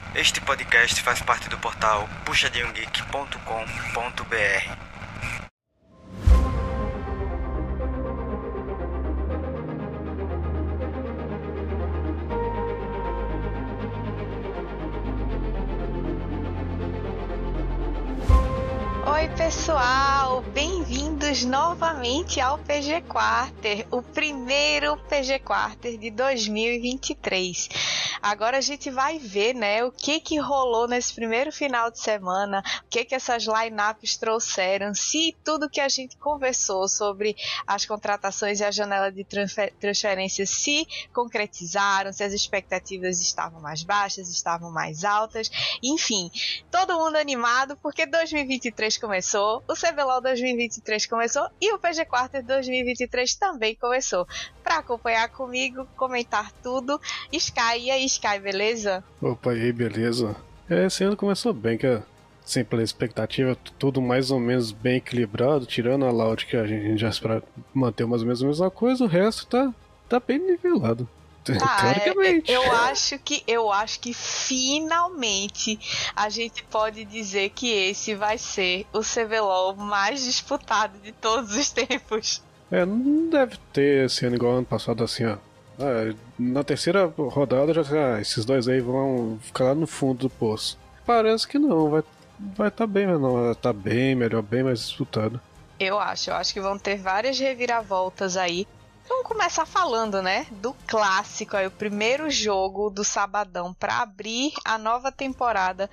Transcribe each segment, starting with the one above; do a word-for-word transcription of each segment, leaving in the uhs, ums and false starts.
Este podcast faz parte do portal puxadinho geek ponto com ponto b r. Oi pessoal, bem-vindos novamente ao P G Quarter, o primeiro P G Quarter de dois mil e vinte e três. Agora a gente vai ver, né, o que que rolou nesse primeiro final de semana, o que que essas lineups trouxeram, se tudo que a gente conversou sobre as contratações e a janela de transferência se concretizaram, se as expectativas estavam mais baixas, estavam mais altas, enfim, todo mundo animado porque dois mil e vinte e três começou, o C B L O L dois mil e vinte e três começou e o P G Quarter dois mil e vinte e três também começou. Para acompanhar comigo, comentar tudo, Sky, e aí Sky, beleza? Opa, e aí, beleza? É, esse ano começou bem, que assim, pela expectativa, tudo mais ou menos bem equilibrado, tirando a Loud que a gente já espera manter mais ou menos a mesma coisa, o resto tá, tá bem nivelado. Tá, teoricamente. Eu acho que eu acho que finalmente a gente pode dizer que esse vai ser o C B L O L mais disputado de todos os tempos. É, não deve ter esse ano igual ano passado, assim, ó. Ah, na terceira rodada já ah, esses dois aí vão ficar lá no fundo do poço. Parece que não, vai vai tá bem, mas não, tá bem melhor, bem mais disputado. Eu acho, eu acho que vão ter várias reviravoltas aí. Vamos começar falando, né, do clássico, aí, o primeiro jogo do sabadão para abrir a nova temporada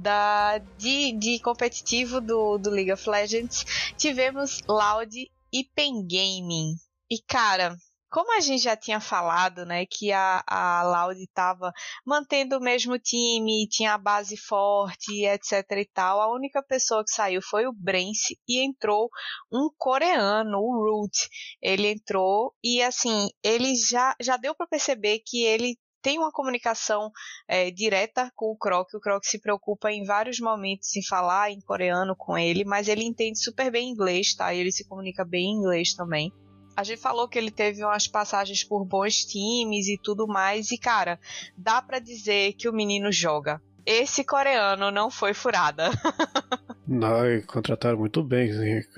da, de, de competitivo do, do League of Legends. Tivemos Loud e Pen Gaming. E, cara, como a gente já tinha falado, né, que a, a Loud estava mantendo o mesmo time, tinha a base forte, etc e tal, a única pessoa que saiu foi o Brence e entrou um coreano, o Root. Ele entrou e, assim, ele já, já deu para perceber que ele tem uma comunicação é, direta com o Croc. O Croc se preocupa em vários momentos em falar em coreano com ele, mas ele entende super bem inglês, tá? E ele se comunica bem em inglês também. A gente falou que ele teve umas passagens por bons times e tudo mais, e cara, dá pra dizer que o menino joga. Esse coreano não foi furada. Não, e contrataram muito bem,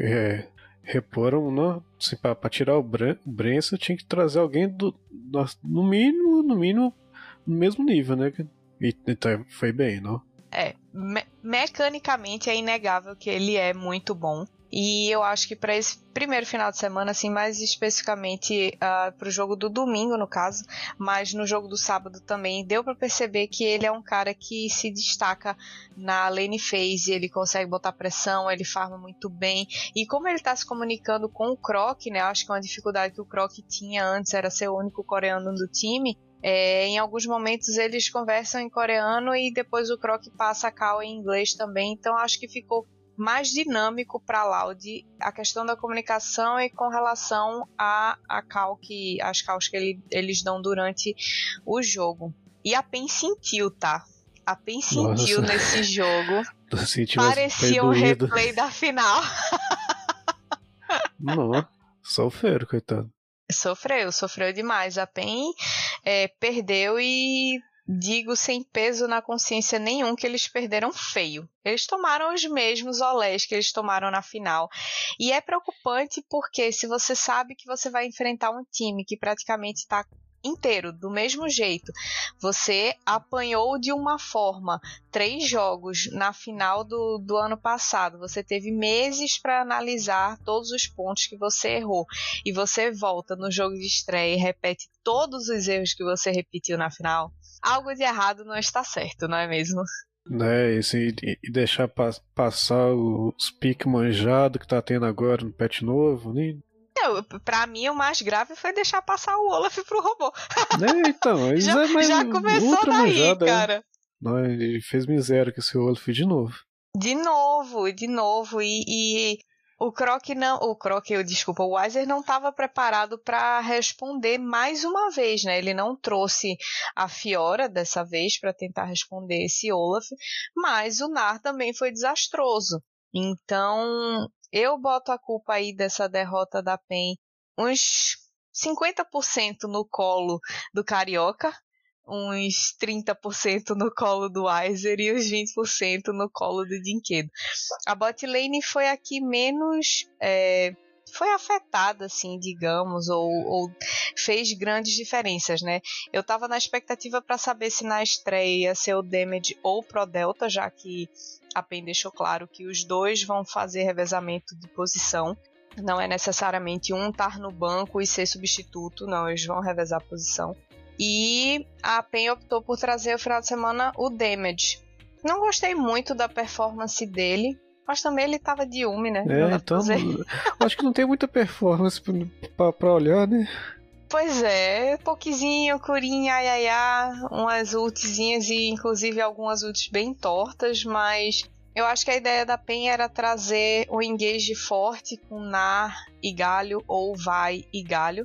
é, reporam, não, assim, pra, pra tirar o Brence tinha que trazer alguém do, no mínimo, no mínimo, no mesmo nível, né, e então foi bem, não? É, me- mecanicamente é inegável que ele é muito bom. E eu acho que para esse primeiro final de semana, assim, mais especificamente uh, para o jogo do domingo, no caso, mas no jogo do sábado também, deu para perceber que ele é um cara que se destaca na lane phase, ele consegue botar pressão, ele farma muito bem. E como ele está se comunicando com o Croc, né, acho que uma dificuldade que o Croc tinha antes era ser o único coreano do time. É, em alguns momentos eles conversam em coreano e depois o Croc passa a call em inglês também, então acho que ficou mais dinâmico para a Loud a questão da comunicação e com relação a, a call que, as calls que ele, eles dão durante o jogo. E a Pen sentiu, tá? A Pen sentiu Nossa. nesse jogo. Senti parecia um replay da final. Não, sofreu, coitado. Sofreu, sofreu demais. A Pen é, perdeu e digo sem peso na consciência nenhum que eles perderam feio. Eles tomaram os mesmos olés que eles tomaram na final. E é preocupante porque se você sabe que você vai enfrentar um time que praticamente está inteiro, do mesmo jeito, você apanhou de uma forma três jogos na final do, do ano passado, você teve meses para analisar todos os pontos que você errou, e você volta no jogo de estreia e repete todos os erros que você repetiu na final, algo de errado não está certo, não é mesmo? Né, e, assim, e deixar pa passar os piques manjados que tá tendo agora no patch novo, né? Eu, pra mim, o mais grave foi deixar passar o Olaf pro robô. É, então, já, é mais já começou daí, manjada, cara. É. Não, ele fez miséria com esse Olaf de novo. De novo, de novo. E, e o Croc não. O Croc, eu desculpa, o Weiser não estava preparado para responder mais uma vez, né? Ele não trouxe a Fiora dessa vez para tentar responder esse Olaf, mas o Nar também foi desastroso. Então, eu boto a culpa aí dessa derrota da Pen uns cinquenta por cento no colo do Carioca, uns trinta por cento no colo do Weiser e uns vinte por cento no colo do Dinquedo. A bot lane foi a que menos é, foi afetada, assim, digamos, ou, ou fez grandes diferenças, né? Eu tava na expectativa para saber se na estreia ia ser o Damage ou o Pro Delta, já que a PEN deixou claro que os dois vão fazer revezamento de posição. Não é necessariamente um estar no banco e ser substituto, não, eles vão revezar a posição. E a PEN optou por trazer o final de semana o Damage. Não gostei muito da performance dele, mas também ele tava de Yumi, né? É, então, acho que não tem muita performance pra, pra olhar, né? Pois é, pouquinho, curinha, ai, ai, ai, umas ultizinhas e inclusive algumas ultis bem tortas, mas eu acho que a ideia da PEN era trazer um engage forte com Nar e Galio ou Vai e Galio,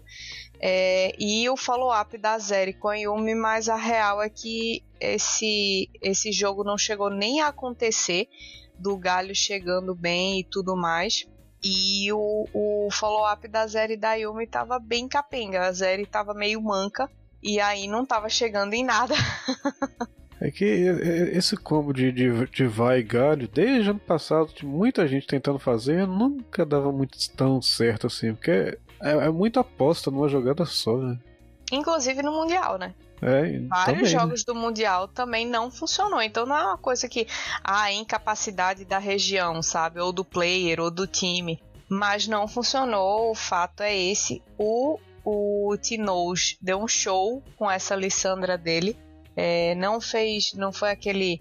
é, e o follow-up da Zeri com a Yumi, mas a real é que esse, esse jogo não chegou nem a acontecer, do Galio chegando bem e tudo mais. E o, o follow-up da Zeri e da Yumi tava bem capenga. A Zeri tava meio manca e aí não tava chegando em nada. É que esse combo de, de, de vai e galho, desde ano passado, tinha muita gente tentando fazer, nunca dava muito tão certo assim, porque é, é muita aposta numa jogada só, né? Inclusive no Mundial, né? É, Vários também, jogos né? do Mundial também não funcionou. Então não é uma coisa que ah, é incapacidade da região, sabe? Ou do player, ou do time. Mas não funcionou, o fato é esse. O, o Tinoz deu um show com essa Lissandra dele. É, não fez, não foi aquele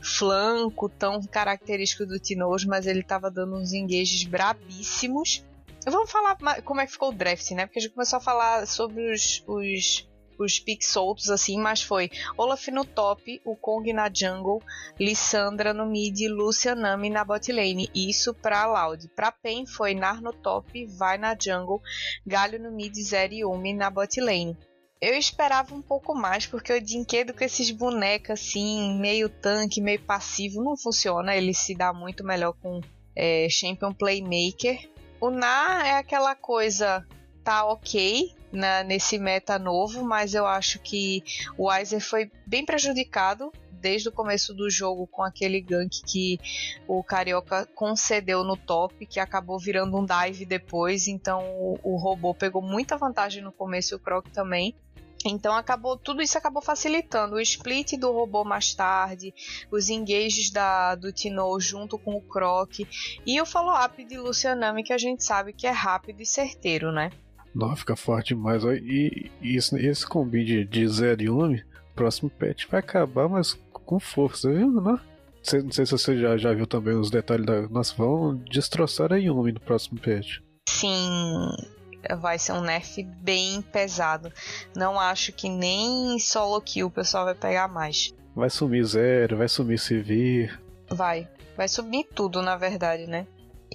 flanco tão característico do Tinoz, mas ele tava dando uns engages brabíssimos. Vamos falar como é que ficou o draft, né? Porque a gente começou a falar sobre os... os os picks soltos assim, mas foi Olaf no top, o Kong na jungle, Lissandra no mid, Lúcia Nami na bot lane. Isso pra Loud. Pra PEN foi Nar no top, Vai na jungle, Galio no mid, Zeri e Yumi na bot lane. Eu esperava um pouco mais, porque o Dinquedo com esses bonecos assim, meio tanque, meio passivo, não funciona. Ele se dá muito melhor com é, Champion Playmaker. O Nar é aquela coisa, tá ok Na, nesse meta novo, mas eu acho que o Weiser foi bem prejudicado desde o começo do jogo com aquele gank que o Carioca concedeu no top, que acabou virando um dive depois, então o, o robô pegou muita vantagem no começo e o Croc também. Então acabou, tudo isso acabou facilitando o split do robô mais tarde, os engages da, do Tino junto com o Croc e o follow-up de Lucianami, que a gente sabe que é rápido e certeiro, né? Não, fica forte demais. E, e esse, esse combi de, de Zeri e Yumi, próximo patch vai acabar, mas com força, viu? Não, não sei se você já, já viu também os detalhes da. Nossa, vão destroçar a Yumi no próximo patch. Sim, vai ser um nerf bem pesado. Não acho que nem solo kill o pessoal vai pegar mais. Vai sumir Zero, vai sumir Sivir. Vai, vai sumir tudo, na verdade, né?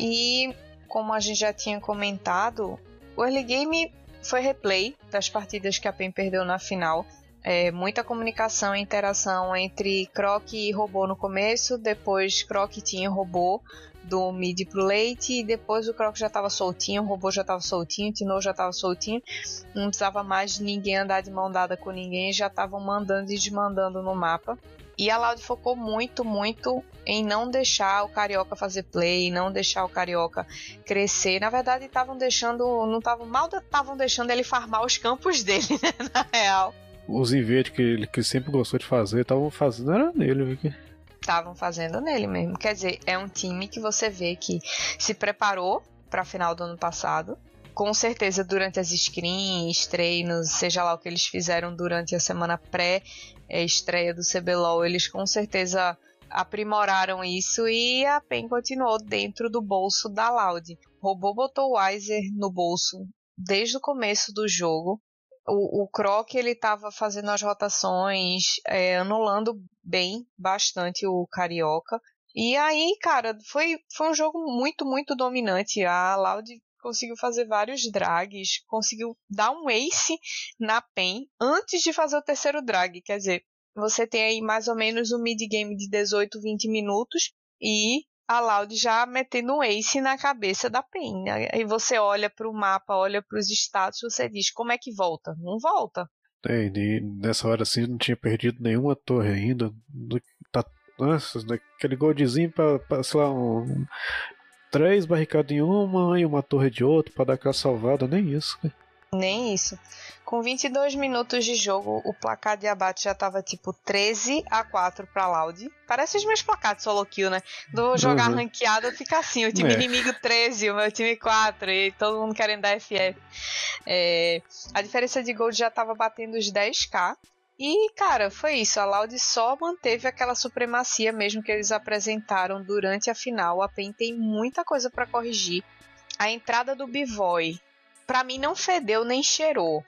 E como a gente já tinha comentado, o early game foi replay das partidas que a PEN perdeu na final. É, muita comunicação e interação entre Croc e robô no começo, depois Croc tinha robô do mid pro late, e depois o Croc já estava soltinho, o robô já estava soltinho, o Tino já estava soltinho, não precisava mais de ninguém andar de mão dada com ninguém, já estavam mandando e desmandando no mapa. E a Loud focou muito, muito em não deixar o Carioca fazer play, não deixar o Carioca crescer. Na verdade, estavam deixando, não estavam mal, estavam deixando ele farmar os campos dele, né, na real. Os invertes que ele que sempre gostou de fazer, estavam fazendo era nele, viu? Estavam fazendo nele mesmo. Quer dizer, é um time que você vê que se preparou para a final do ano passado. Com certeza, durante as screens, treinos, seja lá o que eles fizeram durante a semana pré-estreia do C B L O L, eles com certeza aprimoraram isso e a PEN continuou dentro do bolso da Loud. O robô botou o Weiser no bolso desde o começo do jogo. O, o Croc, ele estava fazendo as rotações, é, anulando bem, bastante o Carioca. E aí, cara, foi, foi um jogo muito, muito dominante. A Loud conseguiu fazer vários drags, conseguiu dar um ace na PEN antes de fazer o terceiro drag. Quer dizer, você tem aí mais ou menos um mid-game de dezoito, vinte minutos e a Loud já metendo um ace na cabeça da PEN. Aí você olha para o mapa, olha para os status, você diz, como é que volta? Não volta. É, e nessa hora assim não tinha perdido nenhuma torre ainda. Tá, nossa, aquele goldzinho pra, pra sei lá, um, um, três barricadas em uma e uma torre de outra pra dar aquela salvada, nem isso. Né? Nem isso. Com vinte e dois minutos de jogo, o placar de abate já tava tipo treze a quatro pra Loud. Parece os meus placares de solo kill, né? Do jogar uhum. ranqueado fica assim, o time é. inimigo treze, o meu time quatro, e todo mundo querendo dar F F. É, a diferença de gold já tava batendo os dez k. E, cara, foi isso. A Loud só manteve aquela supremacia mesmo que eles apresentaram durante a final. A PEN tem muita coisa pra corrigir. A entrada do B-Boy, pra mim, não fedeu nem cheirou.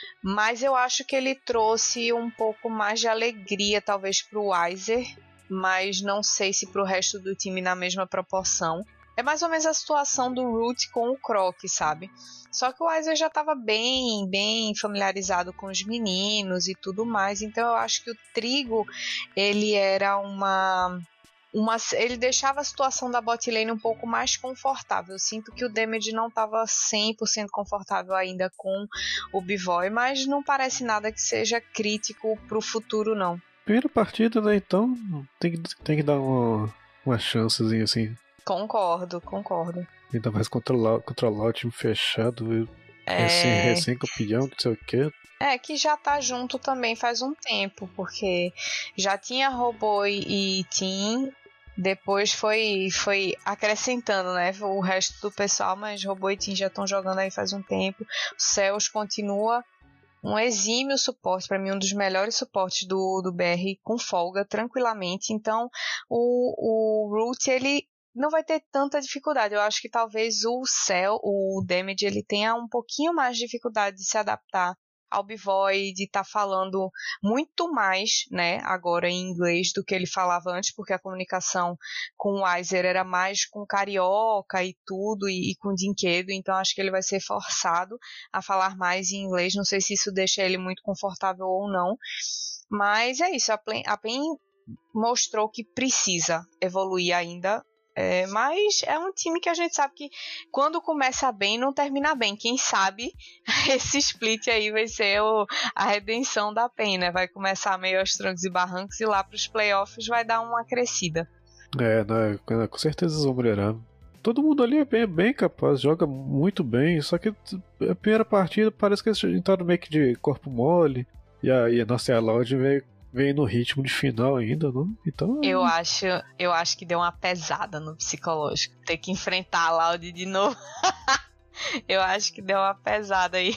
Mas eu acho que ele trouxe um pouco mais de alegria, talvez, pro Weiser. Mas não sei se pro resto do time na mesma proporção. É mais ou menos a situação do Root com o Croc, sabe? Só que o Weiser já estava bem, bem familiarizado com os meninos e tudo mais. Então eu acho que o Trigo, ele era uma... Uma, ele deixava a situação da bot lane um pouco mais confortável. Eu sinto que o Damage não estava cem por cento confortável ainda com o B-Boy, mas não parece nada que seja crítico pro futuro, não. Primeira partida, né? Então tem que, tem que dar uma, uma chancezinha assim. Concordo, concordo. Ainda mais controlar, controlar o time fechado, é... recém, recém-campeão, não sei o quê. É, que já tá junto também faz um tempo, porque já tinha Robô e Team, depois foi, foi acrescentando, né, o resto do pessoal, mas Robô e Team já estão jogando aí faz um tempo. O Cells continua um exímio suporte, para mim um dos melhores suportes do, do B R, com folga, tranquilamente. Então o, o Root, ele não vai ter tanta dificuldade. Eu acho que talvez o Cell, o Damage, ele tenha um pouquinho mais de dificuldade de se adaptar ao B-Boy, de estar tá falando muito mais, né, agora em inglês do que ele falava antes, porque a comunicação com o Weiser era mais com carioca e tudo, e, e com dinquedo, então acho que ele vai ser forçado a falar mais em inglês. Não sei se isso deixa ele muito confortável ou não, mas é isso, a PEN, a PEN mostrou que precisa evoluir ainda. É, mas é um time que a gente sabe que quando começa bem, não termina bem. Quem sabe esse split aí vai ser o, a redenção da PEN, né? Vai começar meio aos trancos e barrancos e lá pros playoffs vai dar uma crescida. É, né, com certeza eles vão melhorar. Todo mundo ali é bem, bem capaz, joga muito bem, só que a primeira partida parece que eles entraram meio que de corpo mole, e a, e a nossa Loud veio Vem no ritmo de final ainda, não? Então. Eu acho, eu acho que deu uma pesada no psicológico. Ter que enfrentar a Loud de novo. Eu acho que deu uma pesada aí.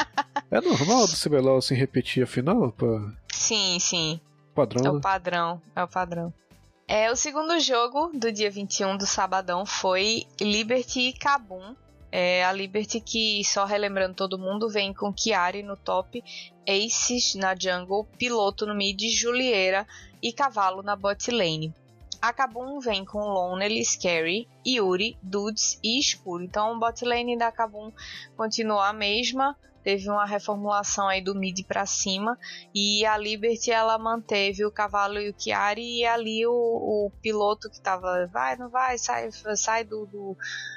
É normal do C B L O L assim repetir a final? Pra... Sim, sim. Padrão. É o né? padrão, é o padrão. É, o segundo jogo do dia vinte e um do sabadão foi Liberty e Kabum. É, a Liberty, que, só relembrando todo mundo, vem com Chiari no top, Aces na jungle, Piloto no mid, Julieira e Cavalo na bot lane. A Kabum vem com Lonely, Scary, Yuri, Dudes e Escuro. Então, a bot lane da Kabum continua a mesma, teve uma reformulação aí do mid pra cima, e a Liberty, ela manteve o Cavalo e o Chiari, e ali o, o Piloto que tava, vai, não vai, sai, sai do... do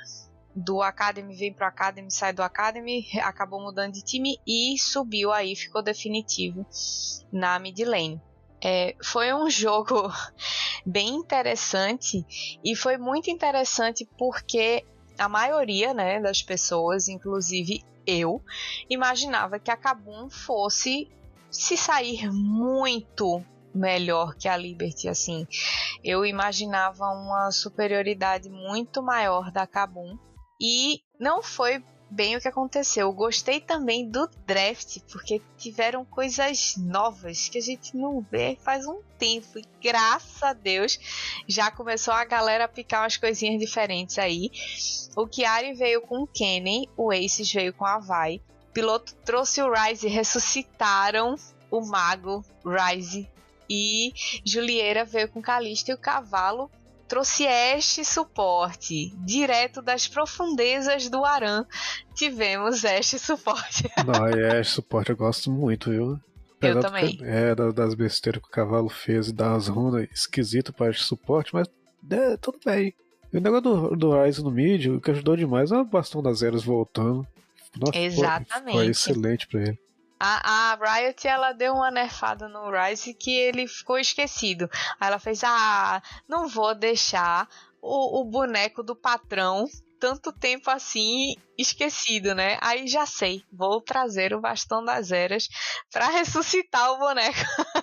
do Academy, vem pro Academy, sai do Academy, acabou mudando de time e subiu aí, ficou definitivo na mid lane. É, foi um jogo bem interessante, e foi muito interessante porque a maioria, né, das pessoas, inclusive eu, imaginava que a Kabum fosse se sair muito melhor que a Liberty, assim. Eu imaginava uma superioridade muito maior da Kabum, e não foi bem o que aconteceu. Eu gostei também do draft, porque tiveram coisas novas que a gente não vê faz um tempo, e graças a Deus já começou a galera a picar umas coisinhas diferentes aí. O Chiari veio com o Kennen, o Aces veio com a Vi, o Piloto trouxe o Ryze, ressuscitaram o Mago Ryze, e Julieira veio com Kalista, e o Cavalo trouxe Ashe suporte, direto das profundezas do Aran. Tivemos Ashe suporte. Não, e Ashe suporte eu gosto muito, viu? Apesar eu também. Que, é, das besteiras que o Cavalo fez e das runas esquisito para Ashe suporte, mas é, tudo bem. E o negócio do, do Ryze no mid, o que ajudou demais é o bastão das eras voltando. Nossa, exatamente. Foi excelente pra ele. A, a Riot, ela deu uma nerfada no Ryze que ele ficou esquecido. Aí ela fez, ah, não vou deixar o, o boneco do patrão tanto tempo assim esquecido, né? Aí já sei, vou trazer o Bastão das Eras pra ressuscitar o boneco.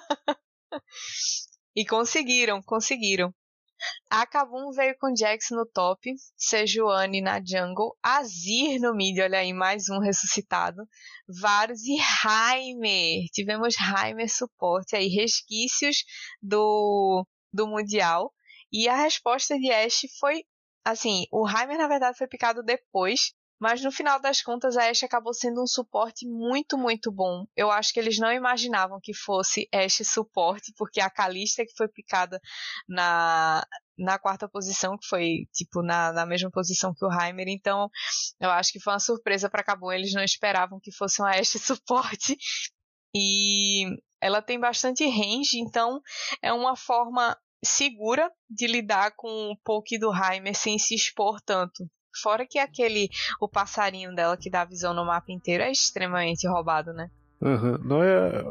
E conseguiram, conseguiram. A Kabum veio com Jax no top, Sejuani na jungle, Azir no mid, olha aí, mais um ressuscitado, Varus e Heimer. Tivemos Heimer suporte aí, resquícios do, do Mundial. E a resposta de Ashe foi, assim, o Heimer na verdade foi picado depois, mas no final das contas a Ashe acabou sendo um suporte muito, muito bom. Eu acho que eles não imaginavam que fosse Ashe suporte, porque a Kalista que foi picada na, na quarta posição, que foi tipo na, na mesma posição que o Heimer, então eu acho que foi uma surpresa para Kabum, eles não esperavam que fosse uma Ashe suporte. E ela tem bastante range, então é uma forma segura de lidar com o poke do Heimer sem se expor tanto. Fora que aquele, o passarinho dela que dá visão no mapa inteiro é extremamente roubado, né? Uhum. Não é.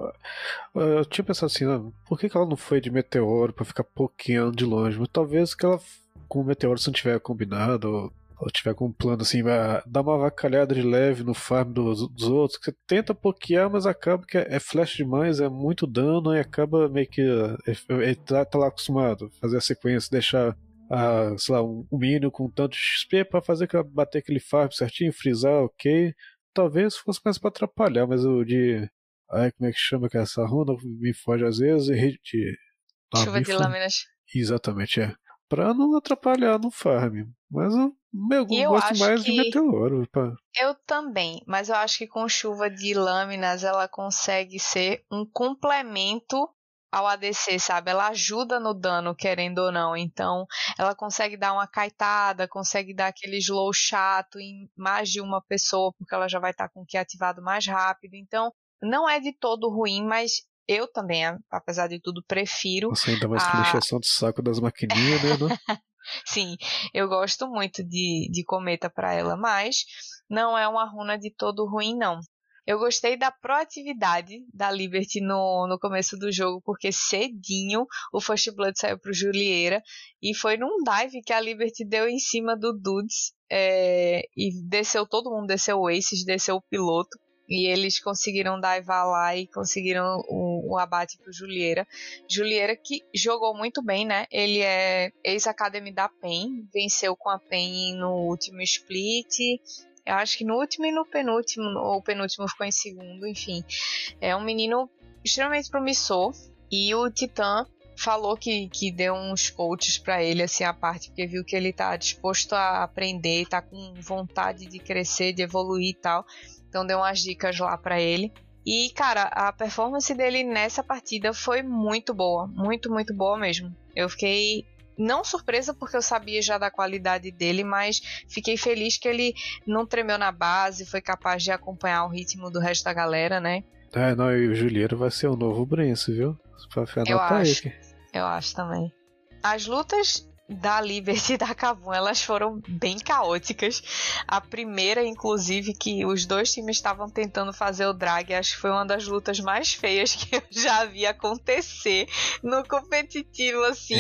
Eu tinha pensado assim, não, por que, que ela não foi de meteoro pra ficar pouquinho de longe? Mas talvez que ela com o meteoro, se não tiver combinado, ou, ou tiver com um plano assim, dar uma avacalhada de leve no farm dos, dos outros, que você tenta pokear, mas acaba que é, é flash demais, é muito dano, e acaba meio que. Ele tá, tá lá acostumado a fazer a sequência, deixar. A, sei lá, um mínimo com tanto X P pra fazer bater aquele farm certinho, frisar, ok. Talvez fosse mais pra atrapalhar, mas o de. Ai, como é que chama que é essa runa? Me foge às vezes. De, ah, Chuva de lâminas. Exatamente, é. Pra não atrapalhar no farm. Mas eu, eu, eu gosto mais de meteoro. Pra... Eu também, mas eu acho que com chuva de lâminas ela consegue ser um complemento ao A D C, sabe? Ela ajuda no dano, querendo ou não. Então, ela consegue dar uma kaitada, consegue dar aquele slow chato em mais de uma pessoa, porque ela já vai estar com o Q ativado mais rápido. Então, não é de todo ruim, mas eu também, apesar de tudo, prefiro... Nossa, ainda mais a... com a encheção de saco das maquininhas, né? Não? Sim, eu gosto muito de, de cometa pra ela, mas não é uma runa de todo ruim, não. Eu gostei da proatividade da Liberty no, no começo do jogo, porque cedinho o First Blood saiu pro Julieira e foi num dive que a Liberty deu em cima do Dudes é, e desceu todo mundo, desceu o Aces, desceu o piloto e eles conseguiram divar lá e conseguiram o, o abate pro Julieira. Julieira que jogou muito bem, né? Ele é ex-academy da P E N, venceu com a P E N no último split. Eu acho que no último e no penúltimo, ou o penúltimo ficou em segundo, enfim. É um menino extremamente promissor. E o Titã falou que, que deu uns coaches pra ele, assim, a parte, porque viu que ele tá disposto a aprender, tá com vontade de crescer, de evoluir e tal. Então deu umas dicas lá pra ele. E, cara, a performance dele nessa partida foi muito boa. Muito, muito boa mesmo. Eu fiquei... não surpresa porque eu sabia já da qualidade dele, mas fiquei feliz que ele não tremeu na base, foi capaz de acompanhar o ritmo do resto da galera, né? É, não, e o Julieiro vai ser o novo Brence, viu? Eu acho, eu acho também. As lutas da Liberty e da Kabum, elas foram bem caóticas. A primeira, inclusive, que os dois times estavam tentando fazer o drag, acho que foi uma das lutas mais feias que eu já vi acontecer no competitivo, assim.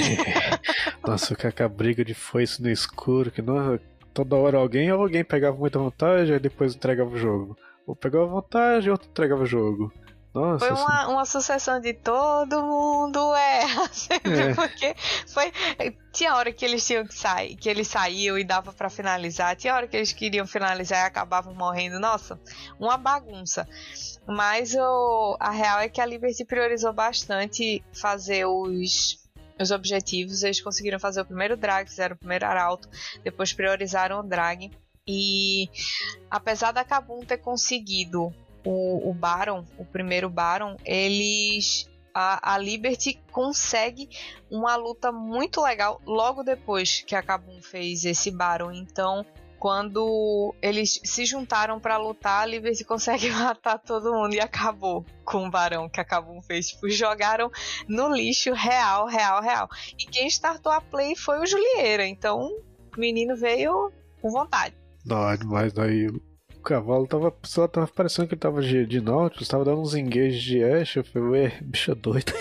Nossa, com a briga de foice no escuro, que não, toda hora alguém ou alguém pegava muita vantagem e depois entregava o jogo. Ou pegava vantagem e outro entregava o jogo. Nossa, foi uma, uma sucessão de todo mundo erra, é. Porque foi, tinha hora que eles tinham que sair, que eles saíam e dava pra finalizar, tinha hora que eles queriam finalizar e acabavam morrendo, nossa, uma bagunça. Mas o, a real é que a Liberty priorizou bastante fazer os, os objetivos, eles conseguiram fazer o primeiro drag, fizeram o primeiro arauto, depois priorizaram o drag, e apesar da Kabum ter conseguido O, o Baron, o primeiro Baron, eles a, a Liberty consegue uma luta muito legal logo depois que a Kabum fez esse Baron. Então, quando eles se juntaram para lutar, a Liberty consegue matar todo mundo e acabou com o Barão que a Kabum fez. Tipo, jogaram no lixo real, real, real. E quem startou a play foi o Julieira. Então, o menino veio com vontade. Não, mas daí O cavalo tava, só tava parecendo que ele tava de, de Nautilus, tava dando uns engages de Ash. Eu falei, ué, bicha doida.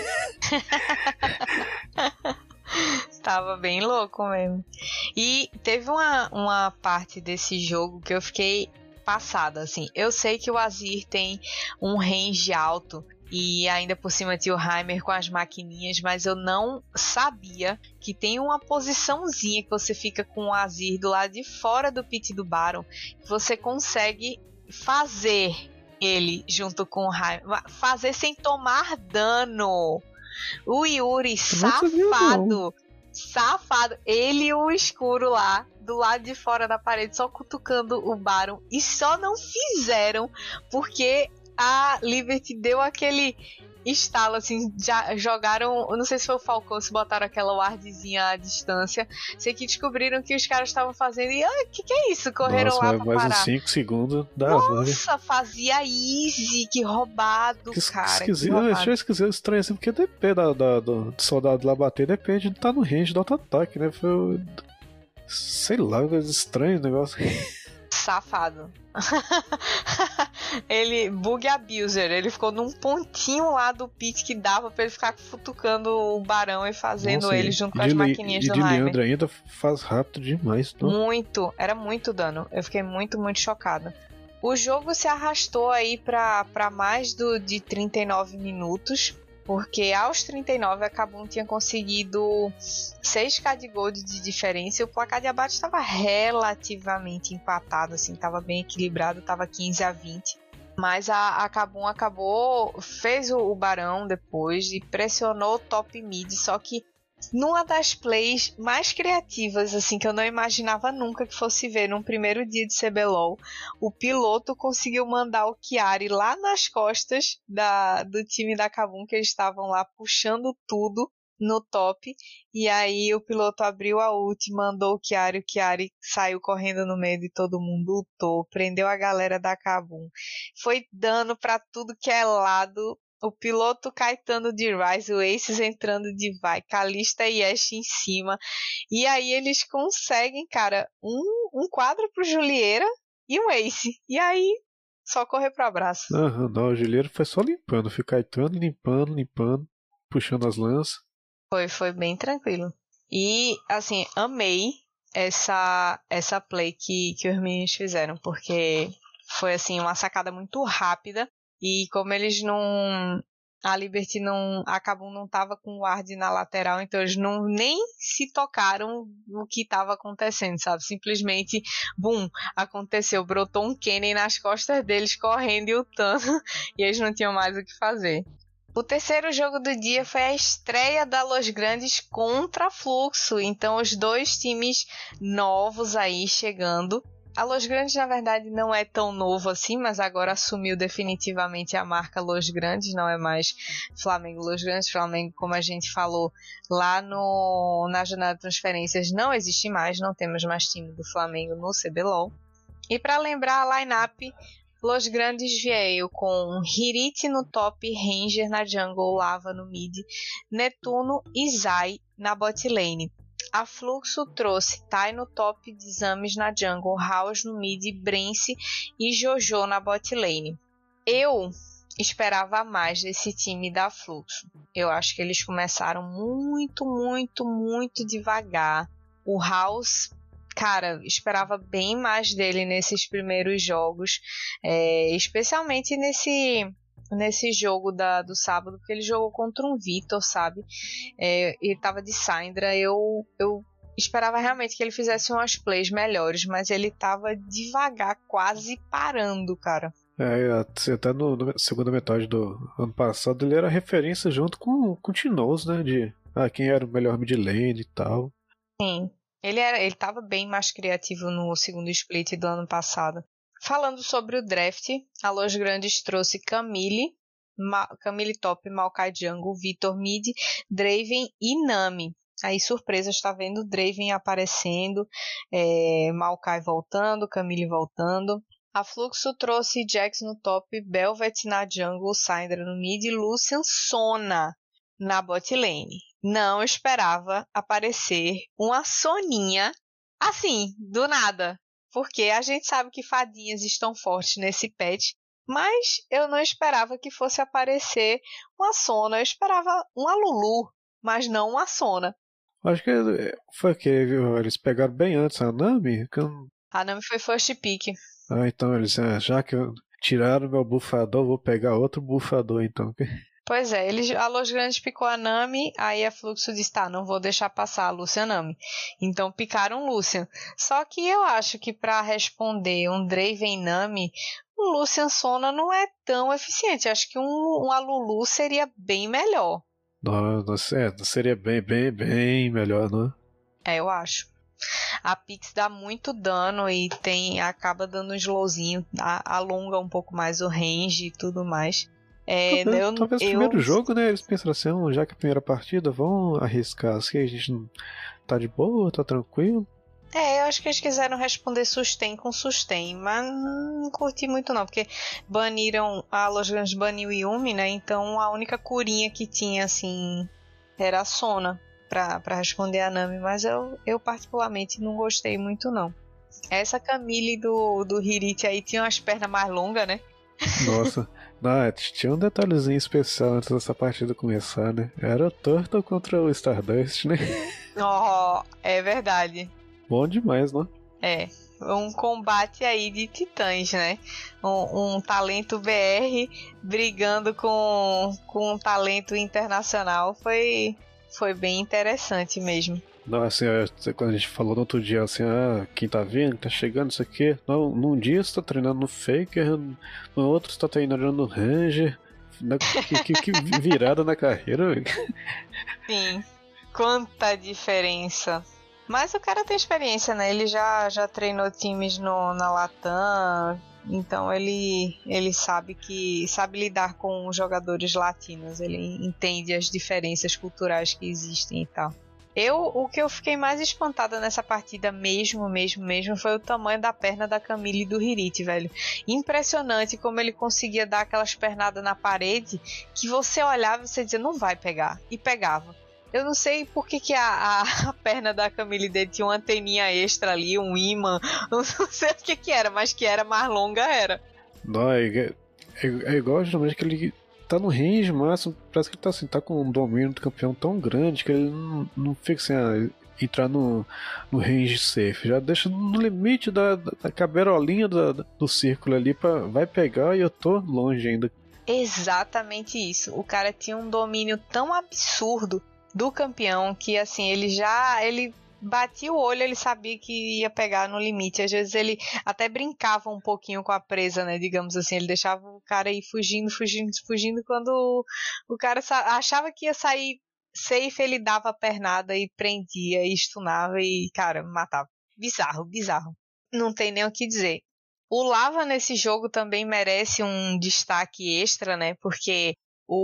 Tava bem louco mesmo. E teve uma, uma parte desse jogo que eu fiquei passada, assim. Eu sei que o Azir tem um range alto e ainda por cima tinha o Heimer com as maquininhas, mas eu não sabia que tem uma posiçãozinha que você fica com o Azir do lado de fora do pit do Baron, que você consegue fazer ele junto com o Heimer, fazer sem tomar dano. O Yuri, safado, safado, ele e o escuro lá, do lado de fora da parede, só cutucando o Baron, e só não fizeram porque a Liberty deu aquele estalo, assim, já jogaram, eu não sei se foi o Falcão, se botaram aquela wardzinha à distância, sei que descobriram que os caras estavam fazendo, e ah, que que é isso? Correram Nossa, lá mas pra mais parar. uns cinco segundos dá. Nossa, fazia easy, que roubado, que cara. Esquisito, que eu achei esquisito, estranho assim, porque depende da, da, do soldado lá bater, depende de estar no range do auto-ataque, né? Foi, sei lá, estranho o negócio. Safado. Ele, bug abuser, ele ficou num pontinho lá do pit que dava pra ele ficar futucando o Barão e fazendo Nossa, ele junto com as maquininhas e do de Heimer. Leandro ainda faz rápido demais. Não? Muito, era muito dano. Eu fiquei muito, muito chocada. O jogo se arrastou aí pra, pra mais do, de trinta e nove minutos, porque aos trinta e nove a Kabum tinha conseguido seis K de gold de diferença e o placar de abate estava relativamente empatado, assim, estava bem equilibrado, estava quinze a vinte. Mas a, a Kabum acabou, fez o, o Barão depois e pressionou o top mid, só que numa das plays mais criativas, assim, que eu não imaginava nunca que fosse ver num primeiro dia de C B L O L, o piloto conseguiu mandar o Chiari lá nas costas da, do time da Kabum, que eles estavam lá puxando tudo no top, e aí o piloto abriu a ult, mandou o Chiari, o Chiari saiu correndo no meio de todo mundo, lutou, prendeu a galera da Kabum, foi dano pra tudo que é lado. O piloto Caetano de Ryze, o Aces entrando de vai, Kalista e Ashe em cima. E aí eles conseguem, cara, um, um quadro pro Julieira e um Ace. E aí, só correr pro abraço. Aham, não, o Julieiro foi só limpando, foi Caetano limpando, limpando, puxando as lanças. Foi, foi bem tranquilo. E, assim, amei essa, essa play que, que os meninos fizeram, porque foi, assim, uma sacada muito rápida. E como eles não... A Liberty não... A Kabum não tava com o ward na lateral, então eles não nem se tocaram no que tava acontecendo, sabe? Simplesmente, bum, aconteceu. Brotou um Kennen nas costas deles, correndo e lutando, e eles não tinham mais o que fazer. O terceiro jogo do dia foi a estreia da Los Grandes contra a Fluxo. Então, os dois times novos aí chegando. A Los Grandes, na verdade, não é tão novo assim, mas agora assumiu definitivamente a marca Los Grandes, não é mais Flamengo Los Grandes. Flamengo, como a gente falou lá no, na jornada de transferências, não existe mais, não temos mais time do Flamengo no C B L O L. E para lembrar a line-up, Los Grandes veio com Hirit no top, Ranger na jungle, Lava no mid, Netuno e Zai na bot lane. A Fluxo trouxe Tai no top, Exames na jungle, House no mid, Brence e Jojo na bot lane. Eu esperava mais desse time da Fluxo. Eu acho que eles começaram muito, muito, muito devagar. O House, cara, esperava bem mais dele nesses primeiros jogos, é, especialmente nesse... nesse jogo da, do sábado, porque ele jogou contra um Vitor, sabe? É, ele tava de Syndra, eu, eu esperava realmente que ele fizesse umas plays melhores, mas ele tava devagar, quase parando, cara. É, até no, na segunda metade do ano passado ele era referência junto com, com o Tinoz, né? De ah, quem era o melhor mid lane e tal. Sim, ele, era, ele tava bem mais criativo no segundo split do ano passado. Falando sobre o draft, a Los Grandes trouxe Camille, Ma- Camille top, Maokai jungle, Vitor mid, Draven e Nami. Aí surpresa, está vendo Draven aparecendo, é, Maokai voltando, Camille voltando. A Fluxo trouxe Jax no top, Belvet na jungle, Syndra no mid, Lucian Sona na bot lane. Não esperava aparecer uma Soninha assim, do nada. Porque a gente sabe que fadinhas estão fortes nesse patch, mas eu não esperava que fosse aparecer uma Sona. Eu esperava uma Lulu, mas não uma Sona. Acho que foi que eles pegaram bem antes a Nami. Que eu... A Nami foi first pick. Ah, então eles, já que tiraram meu bufador, vou pegar outro bufador então. Pois é, eles, a Los Grandes picou a Nami, aí a Fluxo disse, tá, não vou deixar passar a Lucian Nami. Então picaram Lucian. Só que eu acho que pra responder um Draven Nami, um Lucian Sona não é tão eficiente. Eu acho que um, um Alulu seria bem melhor. Não, não, é, seria bem, bem, bem melhor, não? É, eu acho. A Pix dá muito dano e tem, acaba dando um slowzinho, a, alonga um pouco mais o range e tudo mais. É, talvez eu, talvez eu... primeiro jogo, né? Eles pensaram assim, já que é a primeira partida, vão arriscar. Assim, a gente não tá de boa, tá tranquilo. É, eu acho que eles quiseram responder sustain com sustain, mas não curti muito não, porque baniram, a Los Grandes baniu o Yumi, né, então a única curinha que tinha, assim, era a Sona pra, pra responder a Nami, mas eu, eu particularmente não gostei muito não. Essa Camille do, do Hirit aí tinha umas pernas mais longas, né? Nossa, não, tinha um detalhezinho especial antes dessa partida começar, né? Era o Turtle contra o Stardust, né? Oh, é verdade. Bom demais, não? É, um combate aí de titãs, né? Um, um talento B R brigando com, com um talento internacional. Foi, foi bem interessante mesmo. Não, assim, quando a gente falou no outro dia, assim, ah, quem tá vindo, tá chegando, isso aqui. Não, num dia você tá treinando no Faker, no outro você tá treinando no Ranger. Na, que, que, que virada na carreira, velho. Sim, quanta diferença. Mas o cara tem experiência, né? Ele já, já treinou times no, na Latam, então ele, ele sabe que sabe lidar com jogadores latinos, ele entende as diferenças culturais que existem e tal. Eu, o que eu fiquei mais espantada nessa partida mesmo, mesmo, mesmo, foi o tamanho da perna da Camille e do Hirit, velho. Impressionante como ele conseguia dar aquelas pernadas na parede que você olhava e você dizia, não vai pegar. E pegava. Eu não sei por que, que a, a, a perna da Camille dele tinha uma anteninha extra ali, um imã. Não sei o que que era, mas que era mais longa, era. Não, é, é, é igual geralmente que ele tá no range máximo, parece que ele tá assim, tá com um domínio do campeão tão grande que ele não, não fica assim, ah, entrar no, no range safe. Já deixa no limite da, da caberolinha da, do círculo ali, pra, vai pegar e eu tô longe ainda. Exatamente isso. O cara tinha um domínio tão absurdo do campeão que assim, ele já ele batia o olho, ele sabia que ia pegar no limite. Às vezes ele até brincava um pouquinho com a presa, né, digamos assim, ele deixava o cara ir fugindo, fugindo, fugindo, quando o, o cara achava que ia sair safe, ele dava a pernada e prendia, e stunava e, cara, matava. Bizarro, bizarro. Não tem nem o que dizer. O Lava nesse jogo também merece um destaque extra, né, porque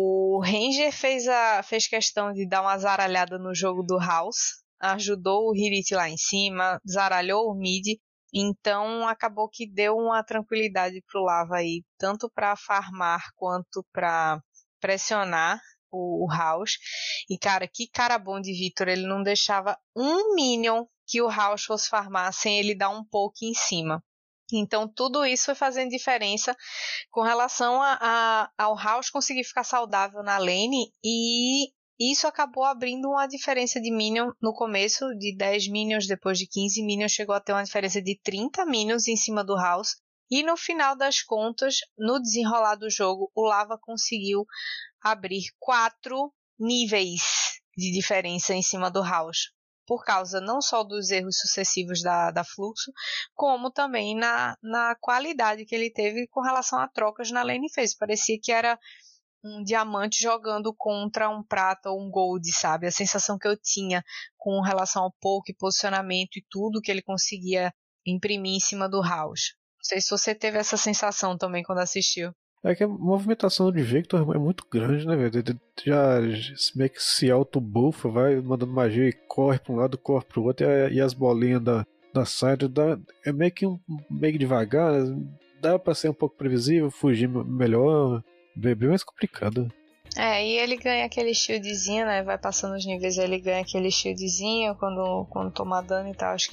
o Ranger fez, a, fez questão de dar uma zaralhada no jogo do House, ajudou o Hirit lá em cima, zaralhou o mid, então acabou que deu uma tranquilidade pro Lava aí, tanto para farmar quanto para pressionar o, o House. E cara, que cara bom de Victor, ele não deixava um minion que o House fosse farmar sem ele dar um poke em cima. Então tudo isso foi fazendo diferença com relação a, a, ao House conseguir ficar saudável na lane, e isso acabou abrindo uma diferença de minion no começo, de dez minions, depois de quinze minions, chegou a ter uma diferença de trinta minions em cima do House, e no final das contas, no desenrolar do jogo, o Lava conseguiu abrir quatro níveis de diferença em cima do House, por causa não só dos erros sucessivos da, da Fluxo, como também na, na qualidade que ele teve com relação a trocas na lane phase. Parecia que era um diamante jogando contra um prata ou um gold, sabe? A sensação que eu tinha com relação ao poke, posicionamento e tudo que ele conseguia imprimir em cima do House. Não sei se você teve essa sensação também quando assistiu. É que a movimentação de Victor é muito grande, né, velho? Ele já meio que se auto-buffa, vai mandando magia e corre pra um lado, corre pro outro, e, e as bolinhas da, da side dá, é meio que um, meio devagar, dá pra ser um pouco previsível, fugir melhor, bem, bem mais complicado. É, e ele ganha aquele shieldzinho, né? Vai passando os níveis, ele ganha aquele shieldzinho quando, quando toma dano e tal. Acho que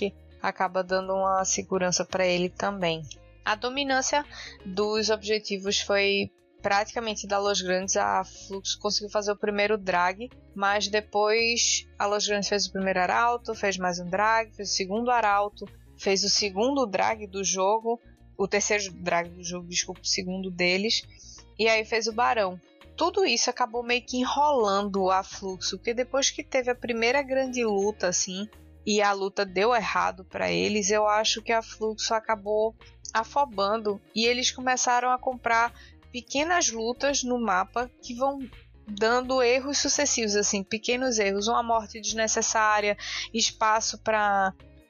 acaba dando uma segurança para ele também. A dominância dos objetivos foi praticamente da Los Grandes. A Fluxo conseguiu fazer o primeiro drag, mas depois a Los Grandes fez o primeiro arauto, fez mais um drag, fez o segundo arauto, fez o segundo drag do jogo, o terceiro drag do jogo, desculpa, o segundo deles, e aí fez o barão. Tudo isso acabou meio que enrolando a Fluxo, porque depois que teve a primeira grande luta, assim, e a luta deu errado para eles, eu acho que a Fluxo acabou afobando e eles começaram a comprar pequenas lutas no mapa que vão dando erros sucessivos, assim, pequenos erros, uma morte desnecessária, espaço para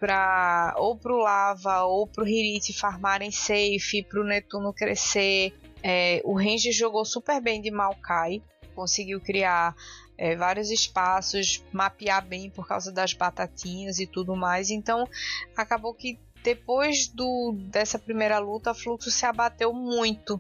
para ou pro Lava ou pro Hirit farmarem safe, pro Netuno crescer. É, o Range jogou super bem de Maokai, conseguiu criar é, vários espaços, mapear bem por causa das batatinhas e tudo mais, então acabou que depois do, dessa primeira luta, a Fluxo se abateu muito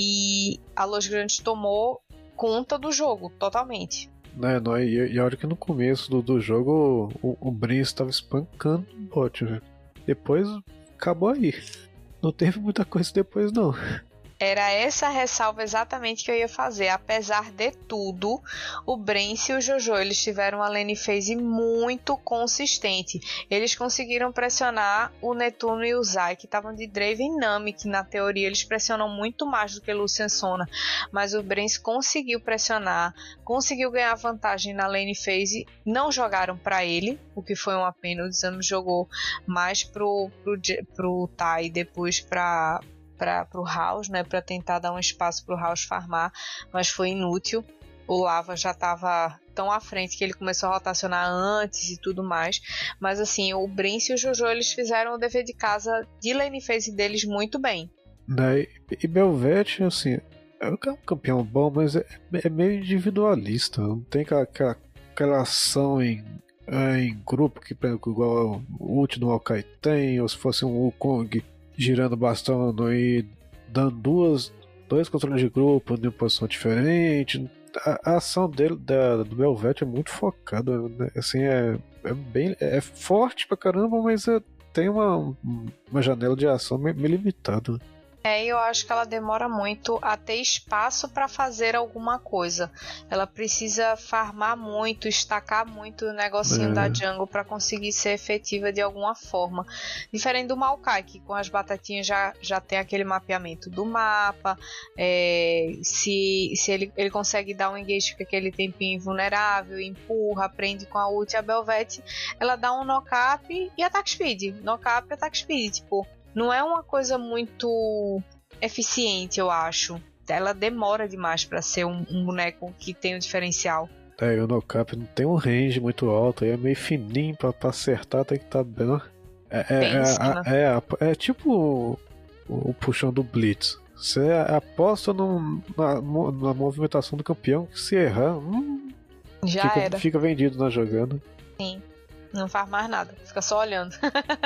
e a Los Grandes tomou conta do jogo, totalmente. Não, não, e, e a hora que no começo do, do jogo o, o Brince estava espancando o bot, velho. Depois acabou aí. Não teve muita coisa depois, não. Era essa ressalva exatamente que eu ia fazer. Apesar de tudo, o Brence e o Jojo, eles tiveram uma lane phase muito consistente. Eles conseguiram pressionar o Netuno e o Zai, que estavam de Draven Nami, que na teoria eles pressionam muito mais do que Lucian Sona. Mas o Brence conseguiu pressionar, conseguiu ganhar vantagem na lane phase. Não jogaram para ele, o que foi uma pena. O Exame jogou mais pro, pro, pro Tai, depois para para o House, né, para tentar dar um espaço para o House farmar, mas foi inútil. O Lava já estava tão à frente que ele começou a rotacionar antes e tudo mais, mas assim, o Brence e o Jojo, eles fizeram o dever de casa de lane phase deles muito bem. Né, e Belvete, assim, é um campeão bom, mas é, é meio individualista, não tem aquela, aquela, aquela ação em, em grupo que, igual o ult do Maokai tem, ou se fosse um Wukong girando bastão e dando duas, dois controles de grupo em posição diferente. A, a ação dele, da, do Belvete, é muito focada, né? Assim, é, é bem é forte pra caramba, mas é, tem uma, uma janela de ação meio, meio limitada. É, eu acho que ela demora muito a ter espaço para fazer alguma coisa. Ela precisa farmar muito, estacar muito o negocinho é. da jungle para conseguir ser efetiva de alguma forma. Diferente do Maokai, que com as batatinhas já, já tem aquele mapeamento do mapa. É, se se ele, ele consegue dar um engage, fica aquele tempinho invulnerável, empurra, prende com a ult. A Belvete, ela dá um knock-up e attack speed. Knock-up e attack speed, tipo... Não é uma coisa muito eficiente, eu acho. Ela demora demais para ser um, um boneco que tem um diferencial. É, o no-cap não tem um range muito alto, aí é meio fininho pra, pra acertar, tem que estar tá bem. É, é, é, é, é tipo o, o puxão do Blitz. Você aposta no, na, na movimentação do campeão, que se errar, hum, já fica, era. Fica vendido na jogada. Sim, não faz mais nada, fica só olhando.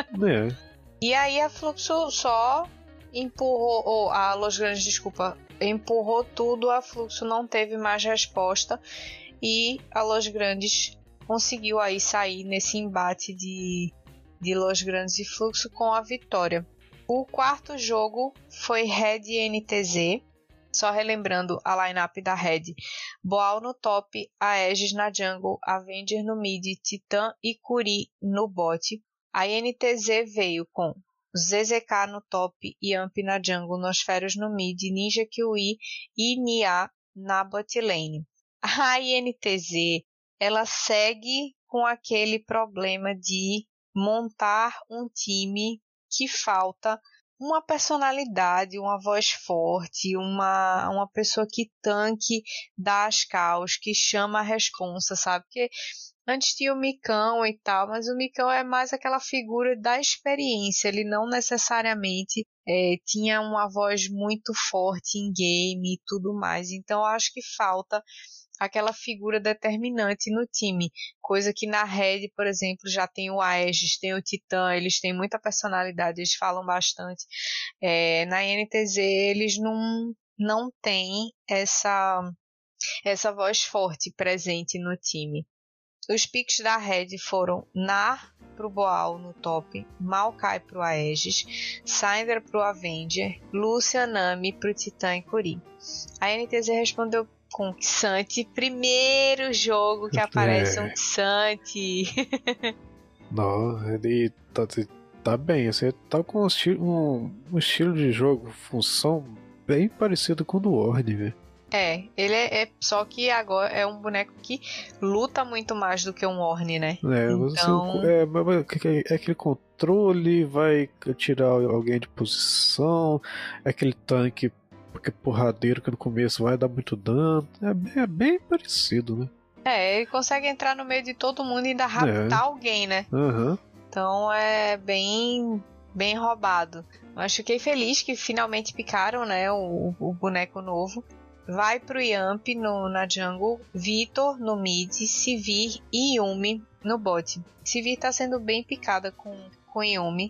É. E aí a Fluxo só empurrou, ou a Los Grandes, desculpa, empurrou tudo, a Fluxo não teve mais resposta e a Los Grandes conseguiu aí sair nesse embate de, de Los Grandes e Fluxo com a vitória. O quarto jogo foi Red e N T Z, só relembrando a lineup da Red: Boal no top, Aegis na jungle, Avenger no mid, Titã e Curi no bot. A N T Z veio com Z Z K no top, Yamp na jungle, Nosferos no mid, Ninja Kiwi e Nia na bot lane. A N T Z, ela segue com aquele problema de montar um time que falta uma personalidade, uma voz forte, uma, uma pessoa que tanque, dá as caos, que chama a responsa, sabe? Porque antes tinha o Micão e tal, mas o Micão é mais aquela figura da experiência, ele não necessariamente é, tinha uma voz muito forte em game e tudo mais, então eu acho que falta aquela figura determinante no time, coisa que na Red, por exemplo, já tem o Aegis, tem o Titã, eles têm muita personalidade, eles falam bastante. É, na N T Z eles não, não têm essa, essa voz forte presente no time. Os picks da Red foram Nar, pro Boal no top, Maokai pro Aegis, Syndra pro Avenger, Lúcia, Nami pro Titã e Curi. A N T Z respondeu com Xante, primeiro jogo que aparece é. um Xante. Não, ele tá, tá bem, você tá com um estilo, um, um estilo de jogo, função bem parecido com o do Ornn, velho. É, ele é, é só que agora é um boneco que luta muito mais do que um Ornn, né? É, então... você, é, é aquele controle, vai tirar alguém de posição, é aquele tanque porque porradeiro que no começo vai dar muito dano, é, é bem parecido, né? É, ele consegue entrar no meio de todo mundo e ainda raptar é. alguém, né? Uhum. Então é bem, bem roubado. Mas fiquei feliz que finalmente picaram, né, o, o boneco novo. Vai pro Yamp no, na jungle, Vitor no mid, Sivir e Yumi no bot. Sivir tá sendo bem picada com, com Yumi,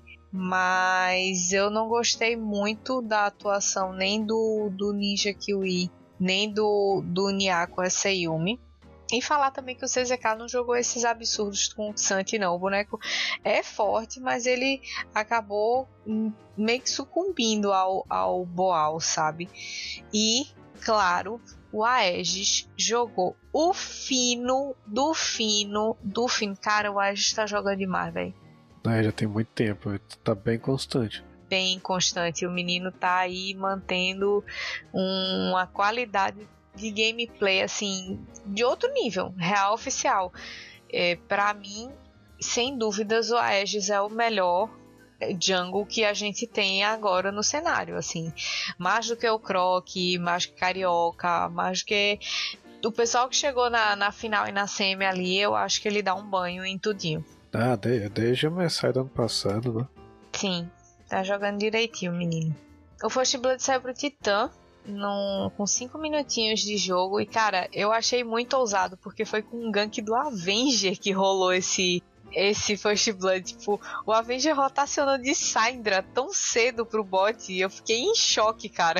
mas eu não gostei muito da atuação nem do, do Ninja Kiwi, nem do, do Nia com essa Yumi. E falar também que o C Z K não jogou esses absurdos com o Santi, não. O boneco é forte, mas ele acabou meio que sucumbindo ao, ao Boal, sabe? E, claro, o Aegis jogou o fino do fino do fino. Cara, o Aegis tá jogando demais, velho. É, já tem muito tempo, tá bem constante. Bem constante. O menino tá aí mantendo uma qualidade de gameplay, assim, de outro nível, real oficial. É, pra mim, sem dúvidas, o Aegis é o melhor jungle que a gente tem agora no cenário, assim. Mais do que o Croc, mais que Carioca, mais do que o pessoal que chegou na, na final e na semi ali, eu acho que ele dá um banho em tudinho. Ah, desde o Messai do ano passado, né? Sim, tá jogando direitinho o menino. O First Blood saiu pro Titã num, com cinco minutinhos de jogo. E cara, eu achei muito ousado, porque foi com um gank do Avenger que rolou esse, esse First Blood. Tipo, o Avenger rotacionou de Syndra tão cedo pro bot. E eu fiquei em choque, cara.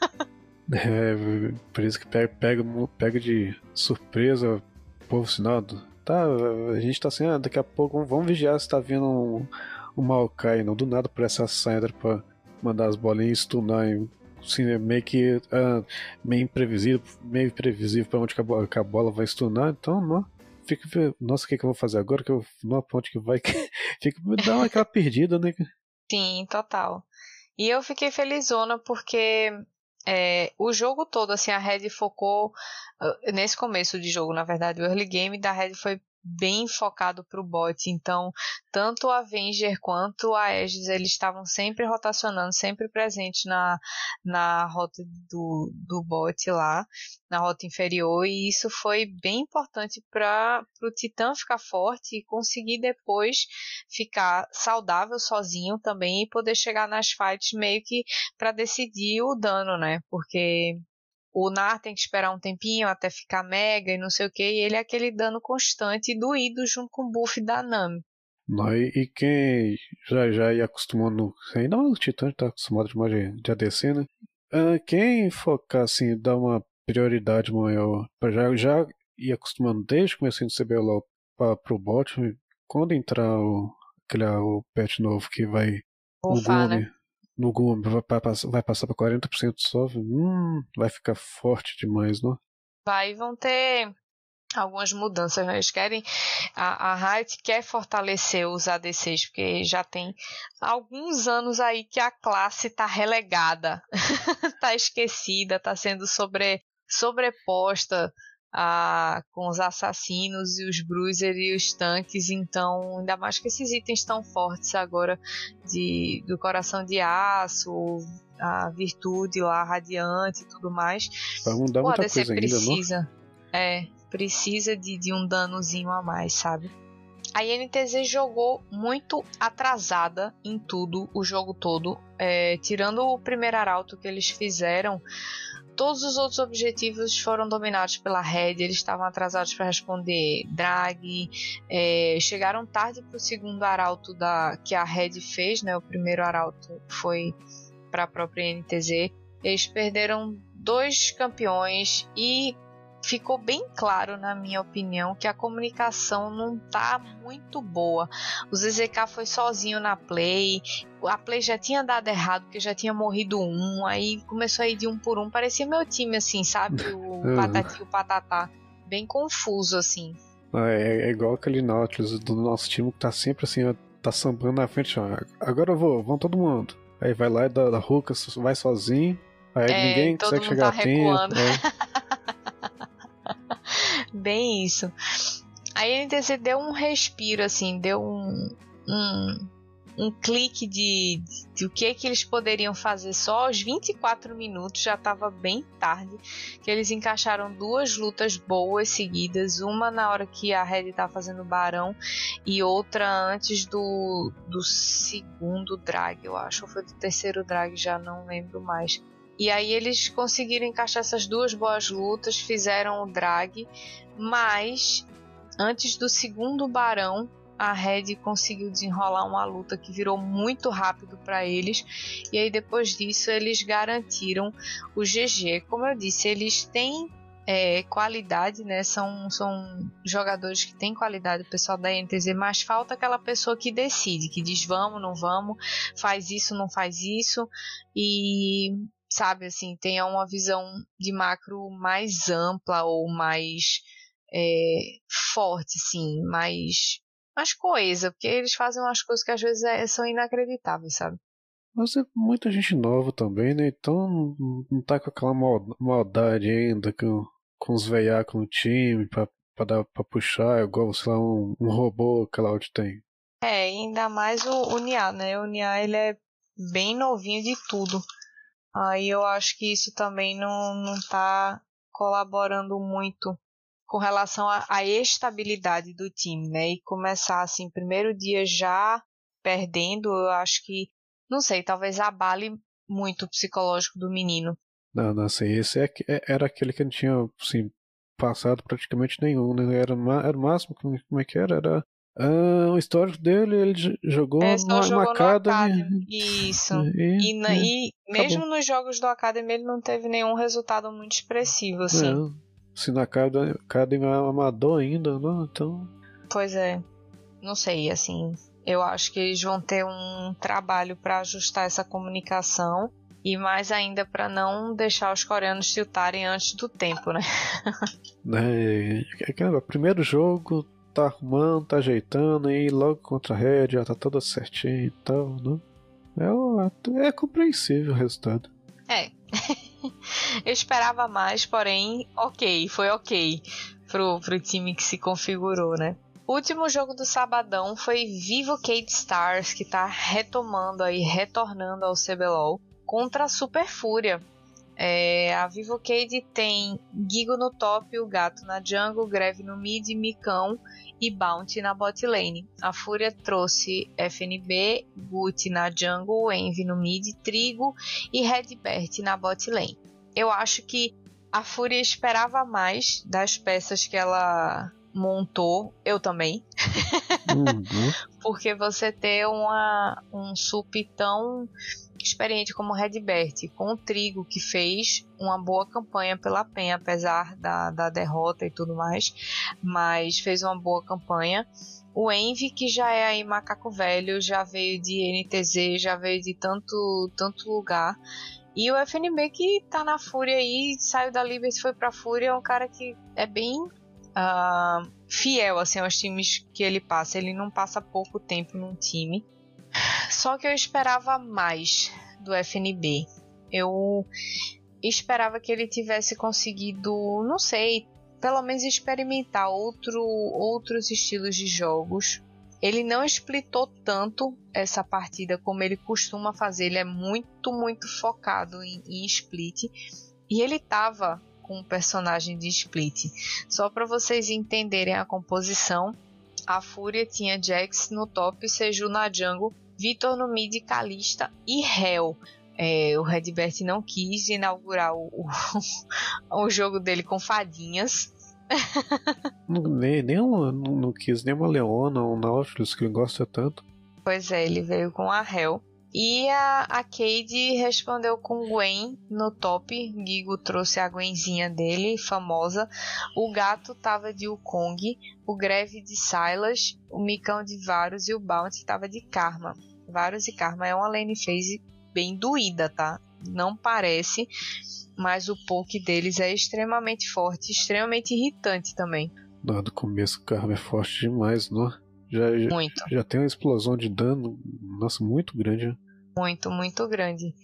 É, por isso que pega, pega, pega de surpresa o povo sinado. Tá, a gente tá assim, ah, daqui a pouco vamos vigiar se tá vindo um, um Maokai, não. Do nada por essa Syndra pra mandar as bolinhas e stunar em assim, é meio que uh, meio imprevisível, meio imprevisível pra onde que a, bola, que a bola vai stunar, então não, fica, nossa, o que, que eu vou fazer agora? Que eu não, pra onde que vai, fica, dá aquela perdida, né? Sim, total. E eu fiquei felizona porque é, o jogo todo, assim, a Red focou uh, nesse começo de jogo, na verdade, o early game da Red foi bem focado pro bot, então tanto o Avenger quanto o Aegis, eles estavam sempre rotacionando, sempre presentes na, na rota do, do bot lá, na rota inferior, e isso foi bem importante para o Titã ficar forte e conseguir depois ficar saudável sozinho também e poder chegar nas fights meio que para decidir o dano, né, porque o Nar tem que esperar um tempinho até ficar mega e não sei o que, e ele é aquele dano constante e doído junto com o buff da Nami. Não, e, e quem já, já ia acostumando, ainda mais o Titã tá acostumado demais de, de A D C, né? Uh, quem focar assim, dar uma prioridade maior, pra já, já ir acostumando desde o começo do C B L O para pro bot, quando entrar o, aquele, o patch novo que vai Bufar, o Gumi, né? no Gumi vai, vai passar para quarenta por cento só, hum, vai ficar forte demais, não? Vai, vão ter algumas mudanças, né? Eles querem, a, a Riot quer fortalecer os A D Cs, porque já tem alguns anos aí que a classe tá relegada, tá esquecida, tá sendo sobre, sobreposta a, com os assassinos e os bruiser e os tanques, então ainda mais que esses itens tão fortes agora de, do coração de aço, a virtude lá, radiante e tudo mais, vai mudar o muita A D C coisa precisa, ainda, não? é, precisa de, de um danozinho a mais, sabe? A I N T Z jogou muito atrasada em tudo, o jogo todo, é, tirando o primeiro arauto que eles fizeram. Todos os outros objetivos foram dominados pela Red, eles estavam atrasados para responder drag, é, chegaram tarde para o segundo arauto da, que a Red fez, né? O primeiro arauto foi para a própria I N T Z. Eles perderam dois campeões e ficou bem claro, na minha opinião, que a comunicação não tá muito boa. O Z Z K foi sozinho na play, a play já tinha dado errado, porque já tinha morrido um, aí começou a ir de um por um, parecia meu time, assim, sabe? O Uhum. Patati e o Patatá. Bem confuso, assim. É, é igual aquele Nautilus do nosso time que tá sempre assim, ó, tá sambando na frente, ó. Agora eu vou, vão todo mundo. Aí vai lá e dá, dá Ruka, vai sozinho. Aí É, ninguém todo consegue mundo chegar tá a tempo. recuando. É. Bem isso. Aí a N T Z deu um respiro, assim, deu um, um, um clique de, de o que que eles poderiam fazer só aos vinte e quatro minutos, já estava bem tarde, que eles encaixaram duas lutas boas seguidas, uma na hora que a Red tá fazendo Barão e outra antes do, do segundo drag, eu acho, ou foi do terceiro drag, já não lembro mais. E aí eles conseguiram encaixar essas duas boas lutas, fizeram o drag, mas antes do segundo Barão, a Red conseguiu desenrolar uma luta que virou muito rápido para eles. E aí depois disso eles garantiram o G G. Como eu disse, eles têm é, qualidade, né? São, são jogadores que têm qualidade, o pessoal da N T Z, mas falta aquela pessoa que decide, que diz vamos, não vamos, faz isso, não faz isso. E... sabe, assim, tenha uma visão de macro mais ampla ou mais é, forte, assim, mais, mais coesa, porque eles fazem umas coisas que às vezes é, são inacreditáveis, sabe? Mas é muita gente nova também, né? Então não tá com aquela mal- maldade ainda com, com os veiacos no time pra, pra, dar, pra puxar, igual, sei lá, um, um robô que a Loud tem. É, ainda mais o, o Nia, né? O Nia, ele é bem novinho de tudo. Aí eu acho que isso também não, não tá colaborando muito com relação à estabilidade do time, né? E começar assim, primeiro dia já perdendo, eu acho que, não sei, talvez abale muito o psicológico do menino. Não, não, assim, esse é, é- era aquele que não tinha, assim, passado praticamente nenhum, né? Era, ma- era o máximo, como, como é que era? Era ah, o histórico dele, ele j- jogou É, só no, no jogou no Academy Academy. Isso. e, E, na- é, e acabou. mesmo nos jogos do Academy ele não teve nenhum resultado muito expressivo, assim. É, se na Academy, Academy é amador ainda, não? Então, Pois é. Não sei, assim, eu acho que eles vão ter um trabalho para ajustar essa comunicação e mais ainda para não deixar os coreanos tiltarem antes do tempo, né? né, é aquele negócio, primeiro jogo, tá arrumando, tá ajeitando, e logo contra a Red já tá tudo certinho e tal, né? É, o- é compreensível o resultado. É. Eu esperava mais, porém, ok, foi ok pro, pro time que se configurou, né? O último jogo do sabadão foi Vivo Cade Stars, que tá retomando aí, retornando ao C B L O L contra a Super Fúria. É, a Vivo Cade tem Gigo no top, o Gato na jungle, Greve no mid, Micão e Bounty na bot lane. A Fúria trouxe F N B, Gucci na jungle, Envy no mid, Trigo e Redbert na bot lane. Eu acho que a Fúria esperava mais das peças que ela montou, eu também. Uhum. Porque você ter uma, um sup tão experiente como o Redbert, com o Trigo, que fez uma boa campanha pela PEN, apesar da, da derrota e tudo mais, mas fez uma boa campanha. O Envy, que já é aí macaco velho, já veio de N T Z, já veio de tanto, tanto lugar. E o F N B, que tá na Fúria aí, saiu da Liberty e foi pra Fúria, é um cara que é bem uh, fiel assim, aos times que ele passa. Ele não passa pouco tempo num time. Só que eu esperava mais do F N B. Eu esperava que ele tivesse conseguido, não sei, pelo menos experimentar outro, outros estilos de jogos. Ele não splitou tanto essa partida como ele costuma fazer. Ele é muito, muito focado em, em split. E ele tava com um personagem de split. Só para vocês entenderem a composição, a Fúria tinha Jax no top, Seju na jungle, Vitor no mid, Kalista e Hell. É, o Redbert não quis inaugurar o, o, o jogo dele com fadinhas. Não, nem, nem uma, não, não quis nem uma Leona ou um Nautilus que ele gosta tanto. Pois é, ele veio com a Hell. E a, a Cade respondeu com Gwen no top. Gigo trouxe a Gwenzinha dele, famosa. O gato tava de Wukong. O Greve de Sylas. O Micão de Varus e o Bounty tava de Karma. Varus e Karma é uma lane phase bem doída, tá? Não parece, mas o poke deles é extremamente forte, extremamente irritante também. No começo o Karma é forte demais, não? Já, já, muito. Já tem uma explosão de dano, nossa, muito grande. Né? Muito, muito grande.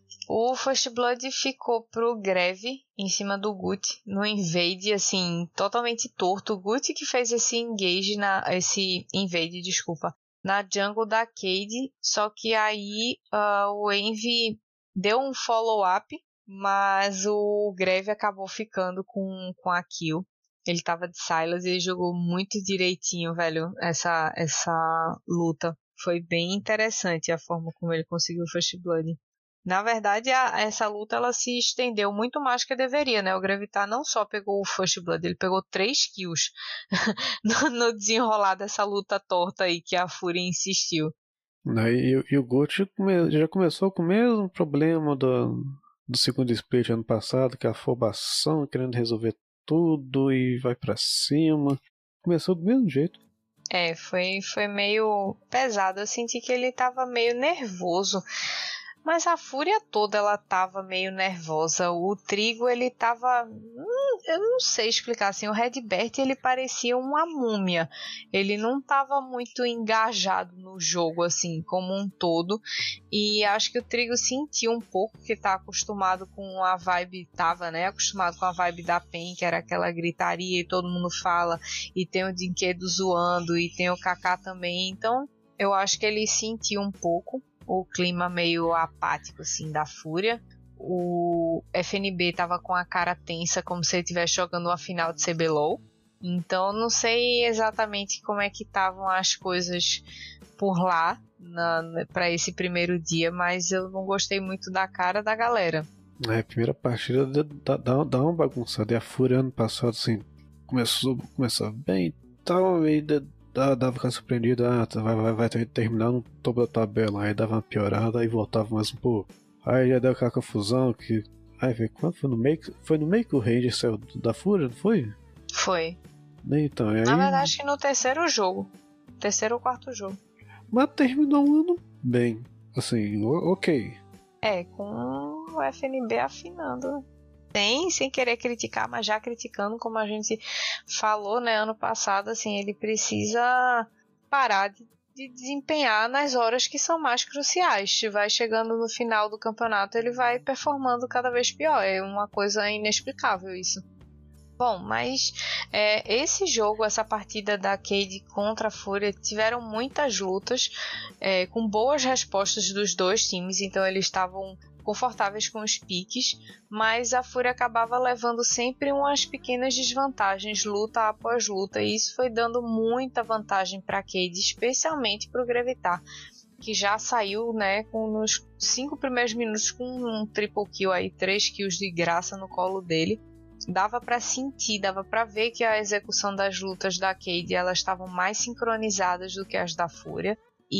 O First Blood ficou pro Greve em cima do Guts no invade, assim, totalmente torto. O Guts que fez esse engage, na, esse invade, desculpa, na jungle da Cade, só que aí uh, o Envy deu um follow-up, mas o Greve acabou ficando com, com a kill. Ele tava de Sylas e ele jogou muito direitinho, velho, essa, essa luta. Foi bem interessante a forma como ele conseguiu o First Blood. Na verdade, a, essa luta ela se estendeu muito mais que deveria, né? O Gravitar não só pegou o First Blood, ele pegou três kills no, no desenrolar dessa luta torta aí que a Fúria insistiu. E, e o Guts já começou com o mesmo problema do, do segundo split ano passado, que é a afobação, querendo resolver tudo e vai pra cima. Começou do mesmo jeito. É, foi, foi meio pesado. Eu senti que ele tava meio nervoso. Mas a Fúria toda ela tava meio nervosa. O Trigo ele tava... Hum, eu não sei explicar assim. O Redbert ele parecia uma múmia. Ele não tava muito engajado no jogo assim como um todo. E acho que o Trigo sentiu um pouco que tá acostumado com a vibe... Tava, né? Acostumado com a vibe da Pen, que era aquela gritaria e todo mundo fala. E tem o Dinquedo zoando. E tem o Kaká também. Então eu acho que ele sentiu um pouco o clima meio apático assim da Fúria. O F N B tava com a cara tensa, como se ele estivesse jogando uma final de C B L O L. Então não sei exatamente como é que estavam as coisas por lá para esse primeiro dia, mas eu não gostei muito da cara da galera. É, a primeira partida dá, dá, dá uma bagunçada. E a Fúria ano passado assim começou, começou bem, tal, meio dava ficar surpreendido, ah, vai, vai, vai terminar no topo da tabela, aí dava uma piorada, aí voltava mais um pouco. Aí já deu aquela confusão que. Aí vê quando foi no meio. Foi no meio que o Ranger saiu da Fúria, não foi? Foi. Então, aí... Na verdade, acho que no terceiro jogo. Terceiro ou quarto jogo. Mas terminou o ano bem. Assim, ok. É, com o F N B afinando. Sem, sem querer criticar, mas já criticando, como a gente falou, né, ano passado, assim, ele precisa parar de, de desempenhar nas horas que são mais cruciais. Se vai chegando no final do campeonato, ele vai performando cada vez pior. É uma coisa inexplicável isso. Bom, mas é, esse jogo, essa partida da Cade contra a Fúria, tiveram muitas lutas, é, com boas respostas dos dois times, então eles estavam confortáveis com os piques, mas a Fúria acabava levando sempre umas pequenas desvantagens, luta após luta, e isso foi dando muita vantagem para a Cade, especialmente para o Gravitar, que já saiu, né, com nos cinco primeiros minutos com um triple kill aí, três kills de graça no colo dele. Dava para sentir, dava para ver que a execução das lutas da Cade elas estavam mais sincronizadas do que as da Fúria.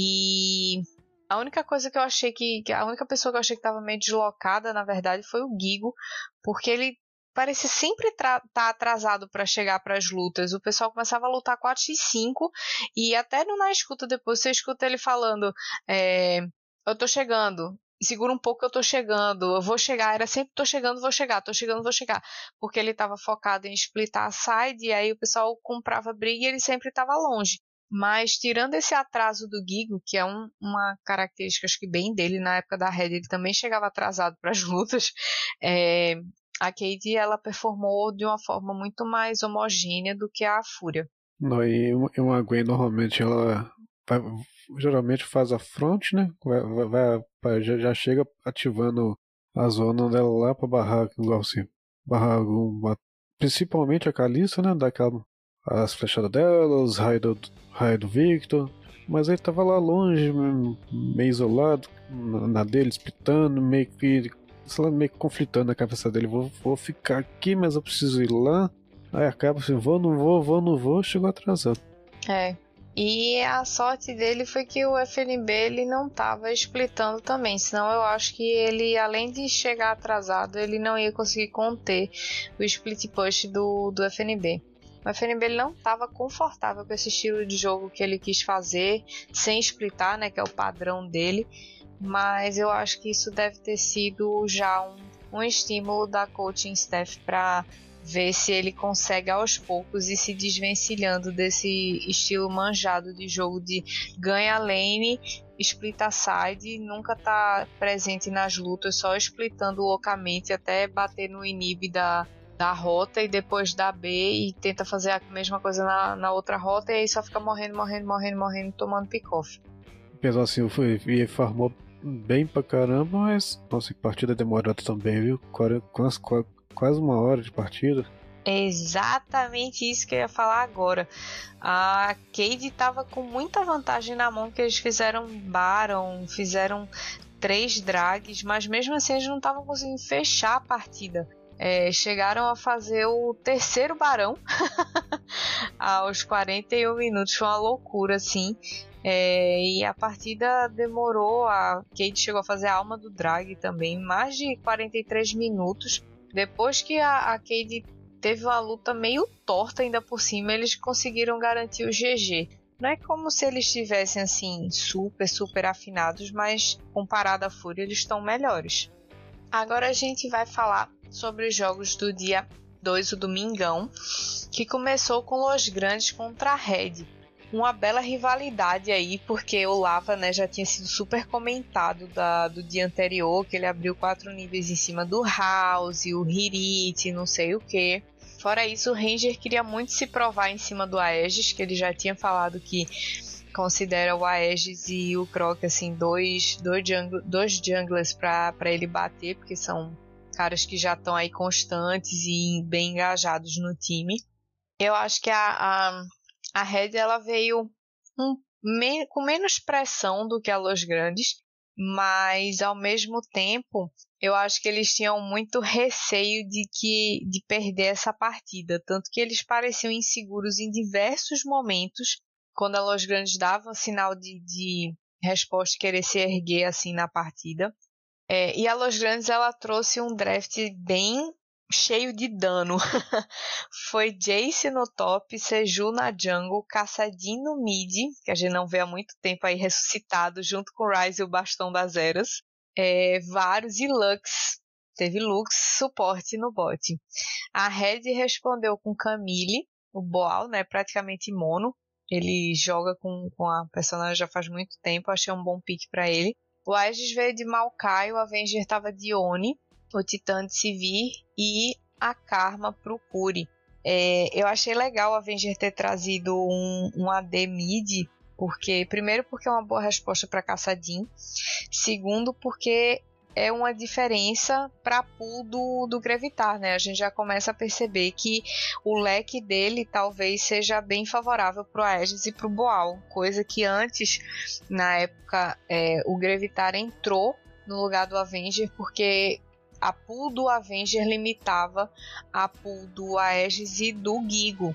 E a única coisa que eu achei que, que a única pessoa que eu achei que estava meio deslocada, na verdade, foi o Gigo, porque ele parece sempre estar tá atrasado para chegar para as lutas. O pessoal começava a lutar quatro por cinco e até no na escuta depois você escuta ele falando, é, eu tô chegando. Segura um pouco que eu tô chegando, eu vou chegar, era sempre tô chegando, vou chegar, tô chegando, vou chegar, porque ele tava focado em splitar a side e aí o pessoal comprava briga e ele sempre tava longe. Mas tirando esse atraso do Gigo, que é um, uma característica acho que bem dele, na época da Red ele também chegava atrasado para as lutas, é, a Cade ela performou de uma forma muito mais homogênea do que a Fúria. Não, e uma Gwen normalmente ela vai, geralmente faz a front, né? Vai, vai, vai, já, já chega ativando a zona dela lá pra barrar, igual assim, barrar alguma, principalmente a Kalista, né? Daquela, as flechadas dela, os raios do, raio do Victor. Mas ele tava lá longe, meio isolado, na dele, espitando, meio que, sei lá, meio que conflitando na cabeça dele. Vou, vou ficar aqui, mas eu preciso ir lá. Aí acaba assim, vou, não vou, vou, não vou, chegou atrasado. É, E a sorte dele foi que o F N B ele não estava splitando também, senão eu acho que ele, além de chegar atrasado, ele não ia conseguir conter o split push do, do F N B. O F N B ele não estava confortável com esse estilo de jogo que ele quis fazer, sem splitar, né, que é o padrão dele, mas eu acho que isso deve ter sido já um, um estímulo da coaching staff para ver se ele consegue aos poucos ir se desvencilhando desse estilo manjado de jogo de ganha lane, splita side, nunca tá presente nas lutas, só splitando loucamente até bater no inib da, da rota e depois da B e tenta fazer a mesma coisa na, na outra rota e aí só fica morrendo, morrendo, morrendo, morrendo, tomando pick-off. Apesar assim, foi, e farmou bem pra caramba, mas nossa, que partida demorada também, viu? Quase, quase, quase uma hora de partida. Exatamente isso que eu ia falar agora. A Cade estava com muita vantagem na mão, que eles fizeram Baron, fizeram três drags, mas mesmo assim eles não estavam conseguindo fechar a partida. É, chegaram a fazer o terceiro Barão aos quarenta e um minutos, foi uma loucura assim. É, e a partida demorou, a Cade chegou a fazer a alma do drag também, mais de quarenta e três minutos. Depois que a, a Cade teve uma luta meio torta ainda por cima, eles conseguiram garantir o G G. Não é como se eles estivessem assim super, super afinados, mas comparado à Fúria eles estão melhores. Agora a gente vai falar sobre os jogos do dia dois, o domingão, que começou com Los Grandes contra a Red. Uma bela rivalidade aí, porque o Lava, né, já tinha sido super comentado da, do dia anterior, que ele abriu quatro níveis em cima do House, o Hirit, não sei o que. Fora isso, o Ranger queria muito se provar em cima do Aegis, que ele já tinha falado que considera o Aegis e o Croc assim, dois, dois, jungl, dois junglers para ele bater, porque são caras que já estão aí constantes e bem engajados no time. Eu acho que a... a A Red ela veio um, me, com menos pressão do que a Los Grandes, mas ao mesmo tempo eu acho que eles tinham muito receio de, que, de perder essa partida, tanto que eles pareciam inseguros em diversos momentos, quando a Los Grandes dava um sinal de, de resposta, querer se erguer assim na partida. É, e a Los Grandes ela trouxe um draft bem cheio de dano. Foi Jace no top, Seju na jungle, Kassadin no mid, que a gente não vê há muito tempo aí ressuscitado, junto com o Ryze e o Bastão das Eras. É, vários e Lux. Teve Lux suporte no bot. A Red respondeu com Camille, o Boal, né, praticamente mono. Ele joga com, com a personagem já faz muito tempo, achei um bom pick pra ele. O Aegis veio de Maokai, o Avenger tava de Oni, o Titã de Sivir e a Karma pro Curi. É, eu achei legal o Avenger ter trazido um, um A D mid, porque, primeiro porque é uma boa resposta para Kassadin, segundo porque é uma diferença para pool do, do Grevitar, né? A gente já começa a perceber que o leque dele talvez seja bem favorável para o Aegis e para o Boal, coisa que antes, na época, é, o Grevitar entrou no lugar do Avenger porque a pool do Avenger limitava a pool do Aegis e do Gigo.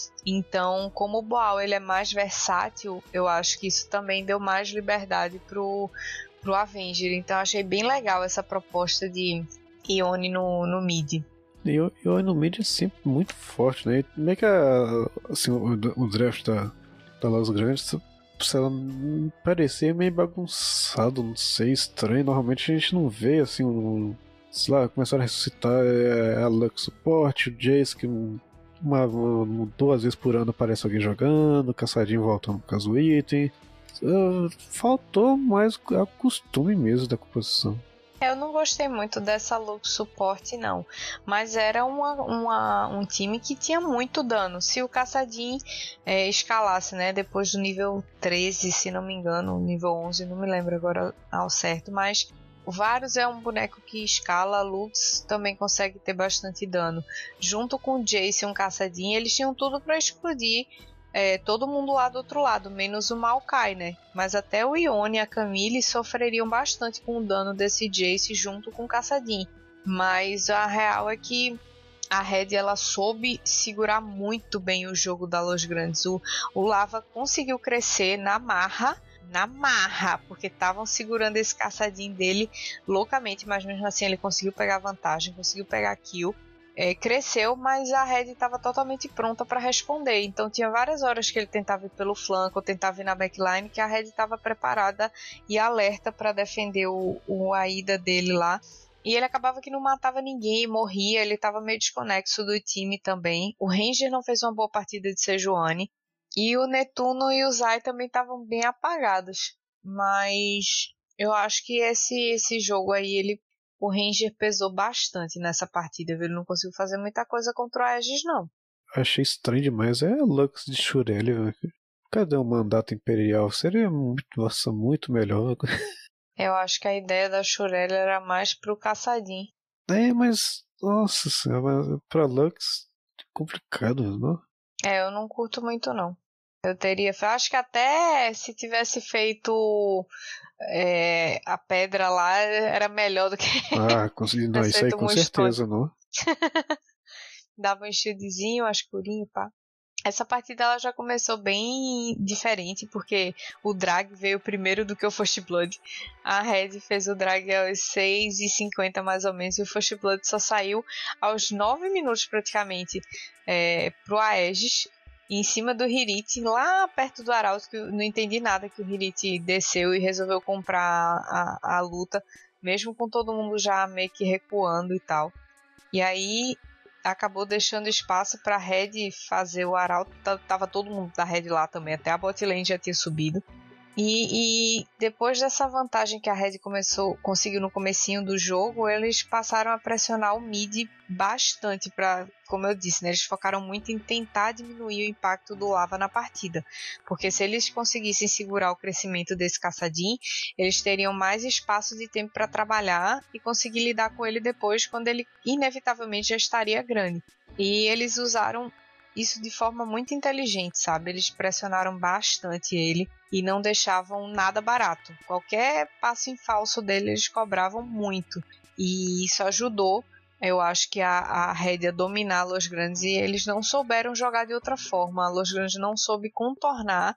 Então, como o Boal ele é mais versátil, eu acho que isso também deu mais liberdade pro, pro Avenger. Então, eu achei bem legal essa proposta de Ione no, no mid. E o Ione no mid é sempre muito forte, né? Como é que a, assim, o, o draft da, da Los Grandes, se ela parecer meio bagunçado, não sei, estranho. Normalmente a gente não vê assim um... sei lá, começaram a ressuscitar é, a Lux suporte, o Jace que uma, uma, duas vezes por ano aparece alguém jogando, Caçadinho voltando por causa do item. Uh, faltou mais o costume mesmo da composição. Eu não gostei muito dessa Lux suporte não, mas era uma, uma, um time que tinha muito dano. Se o Caçadinho é, escalasse, né, depois do nível treze, se não me engano, nível onze, não me lembro agora ao certo, mas o Varus é um boneco que escala, a Lux também consegue ter bastante dano. Junto com o Jace e um Caçadinho, eles tinham tudo para explodir é, todo mundo lá do outro lado, menos o Maokai, né? Mas até o Ione e a Camille sofreriam bastante com o dano desse Jace junto com o Caçadinho. Mas a real é que a Red ela soube segurar muito bem o jogo da Los Grandes. O, o Lava conseguiu crescer na marra, na marra, porque estavam segurando esse caçadinho dele loucamente, mas mesmo assim ele conseguiu pegar vantagem, conseguiu pegar kill. É, cresceu, mas a Red estava totalmente pronta para responder. Então tinha várias horas que ele tentava ir pelo flanco, ou tentava ir na backline, que a Red estava preparada e alerta para defender o, o, a ida dele lá. E ele acabava que não matava ninguém, morria, ele estava meio desconexo do time também. O Ranger não fez uma boa partida de Sejuani. E o Netuno e o Zai também estavam bem apagados. Mas eu acho que esse, esse jogo aí, ele, o Ranger pesou bastante nessa partida. Ele não conseguiu fazer muita coisa contra o Aegis, não. Achei estranho demais. É a Lux de Shurelli, velho. Cadê o mandato imperial? Seria muito, nossa, muito melhor. Eu acho que a ideia da Shurelli era mais pro caçadinho. É, mas, nossa senhora, pra Lux é complicado, não? É, eu não curto muito, não. Eu teria, acho que até se tivesse feito é, a pedra lá, era melhor do que Ah, consegui, não, isso aí com certeza, não. Dava um shieldzinho, uma escurinho, pá. Essa partida ela já começou bem diferente, porque o drag veio primeiro do que o First Blood. A Red fez o drag aos seis e cinquenta mais ou menos, e o First Blood só saiu aos nove minutos praticamente é, pro Aegis, em cima do Hirit, lá perto do Arauto, que eu não entendi nada que o Hirit desceu e resolveu comprar a, a luta, mesmo com todo mundo já meio que recuando e tal. E aí acabou deixando espaço para a Red fazer o Arauto. Tava todo mundo da Red lá também, até a bot lane já tinha subido. E, e depois dessa vantagem que a Red começou, conseguiu no comecinho do jogo, eles passaram a pressionar o mid bastante para, como eu disse, né, eles focaram muito em tentar diminuir o impacto do Lava na partida, porque se eles conseguissem segurar o crescimento desse caçadinho, eles teriam mais espaço de tempo para trabalhar e conseguir lidar com ele depois, quando ele inevitavelmente já estaria grande. E eles usaram isso de forma muito inteligente, sabe? Eles pressionaram bastante ele e não deixavam nada barato. Qualquer passo em falso dele eles cobravam muito. E isso ajudou, eu acho, que a, a Red a dominar a Los Grandes, e eles não souberam jogar de outra forma. A Los Grandes não soube contornar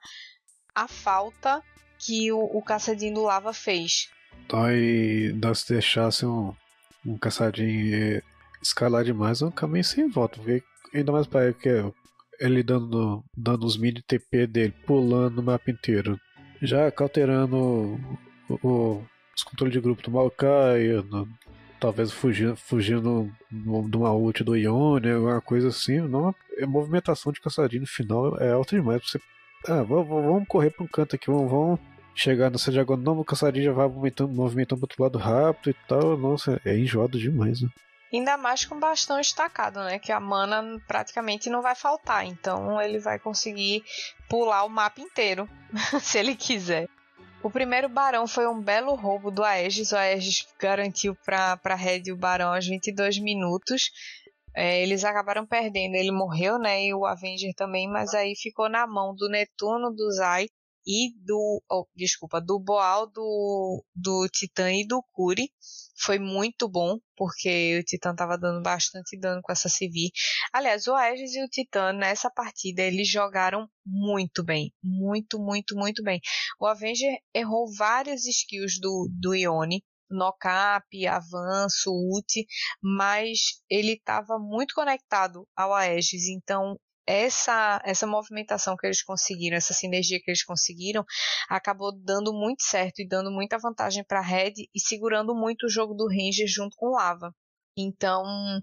a falta que o, o caçadinho do Lava fez. Então, e se deixasse um, um caçadinho escalar demais, é um caminho sem volta, porque ainda mais para ele que é ele dando, dando os mini T P dele, pulando no mapa inteiro, já cauterando o, o, os controles de grupo do Maokai, no, talvez fugindo, fugindo de uma ult do Ione, alguma coisa assim. Não, a movimentação de caçadinho no final é alta demais. Você, ah, vamos, vamos correr para um canto aqui, vamos, vamos chegar nessa diagonal, o caçadinho já vai movimentando, movimentando para outro lado rápido e tal. Nossa, é enjoado demais, né? Ainda mais com bastão estacado, né? Que a mana praticamente não vai faltar. Então ele vai conseguir pular o mapa inteiro, se ele quiser. O primeiro barão foi um belo roubo do Aegis. O Aegis garantiu para a Red o barão aos vinte e dois minutos. É, eles acabaram perdendo. Ele morreu, né? E o Avenger também. Mas aí ficou na mão do Netuno, do Zai e do... Oh, desculpa, do Boal, do, do Titã e do Curi. Foi muito bom, porque o Titã estava dando bastante dano com essa C V. Aliás, o Aegis e o Titã, nessa partida, eles jogaram muito bem. Muito, muito, muito bem. O Avenger errou várias skills do, do Ione. Knock-up, avanço, ult. Mas ele estava muito conectado ao Aegis. Então, essa, essa movimentação que eles conseguiram, essa sinergia que eles conseguiram, acabou dando muito certo e dando muita vantagem para a Red e segurando muito o jogo do Ranger junto com o Lava. Então,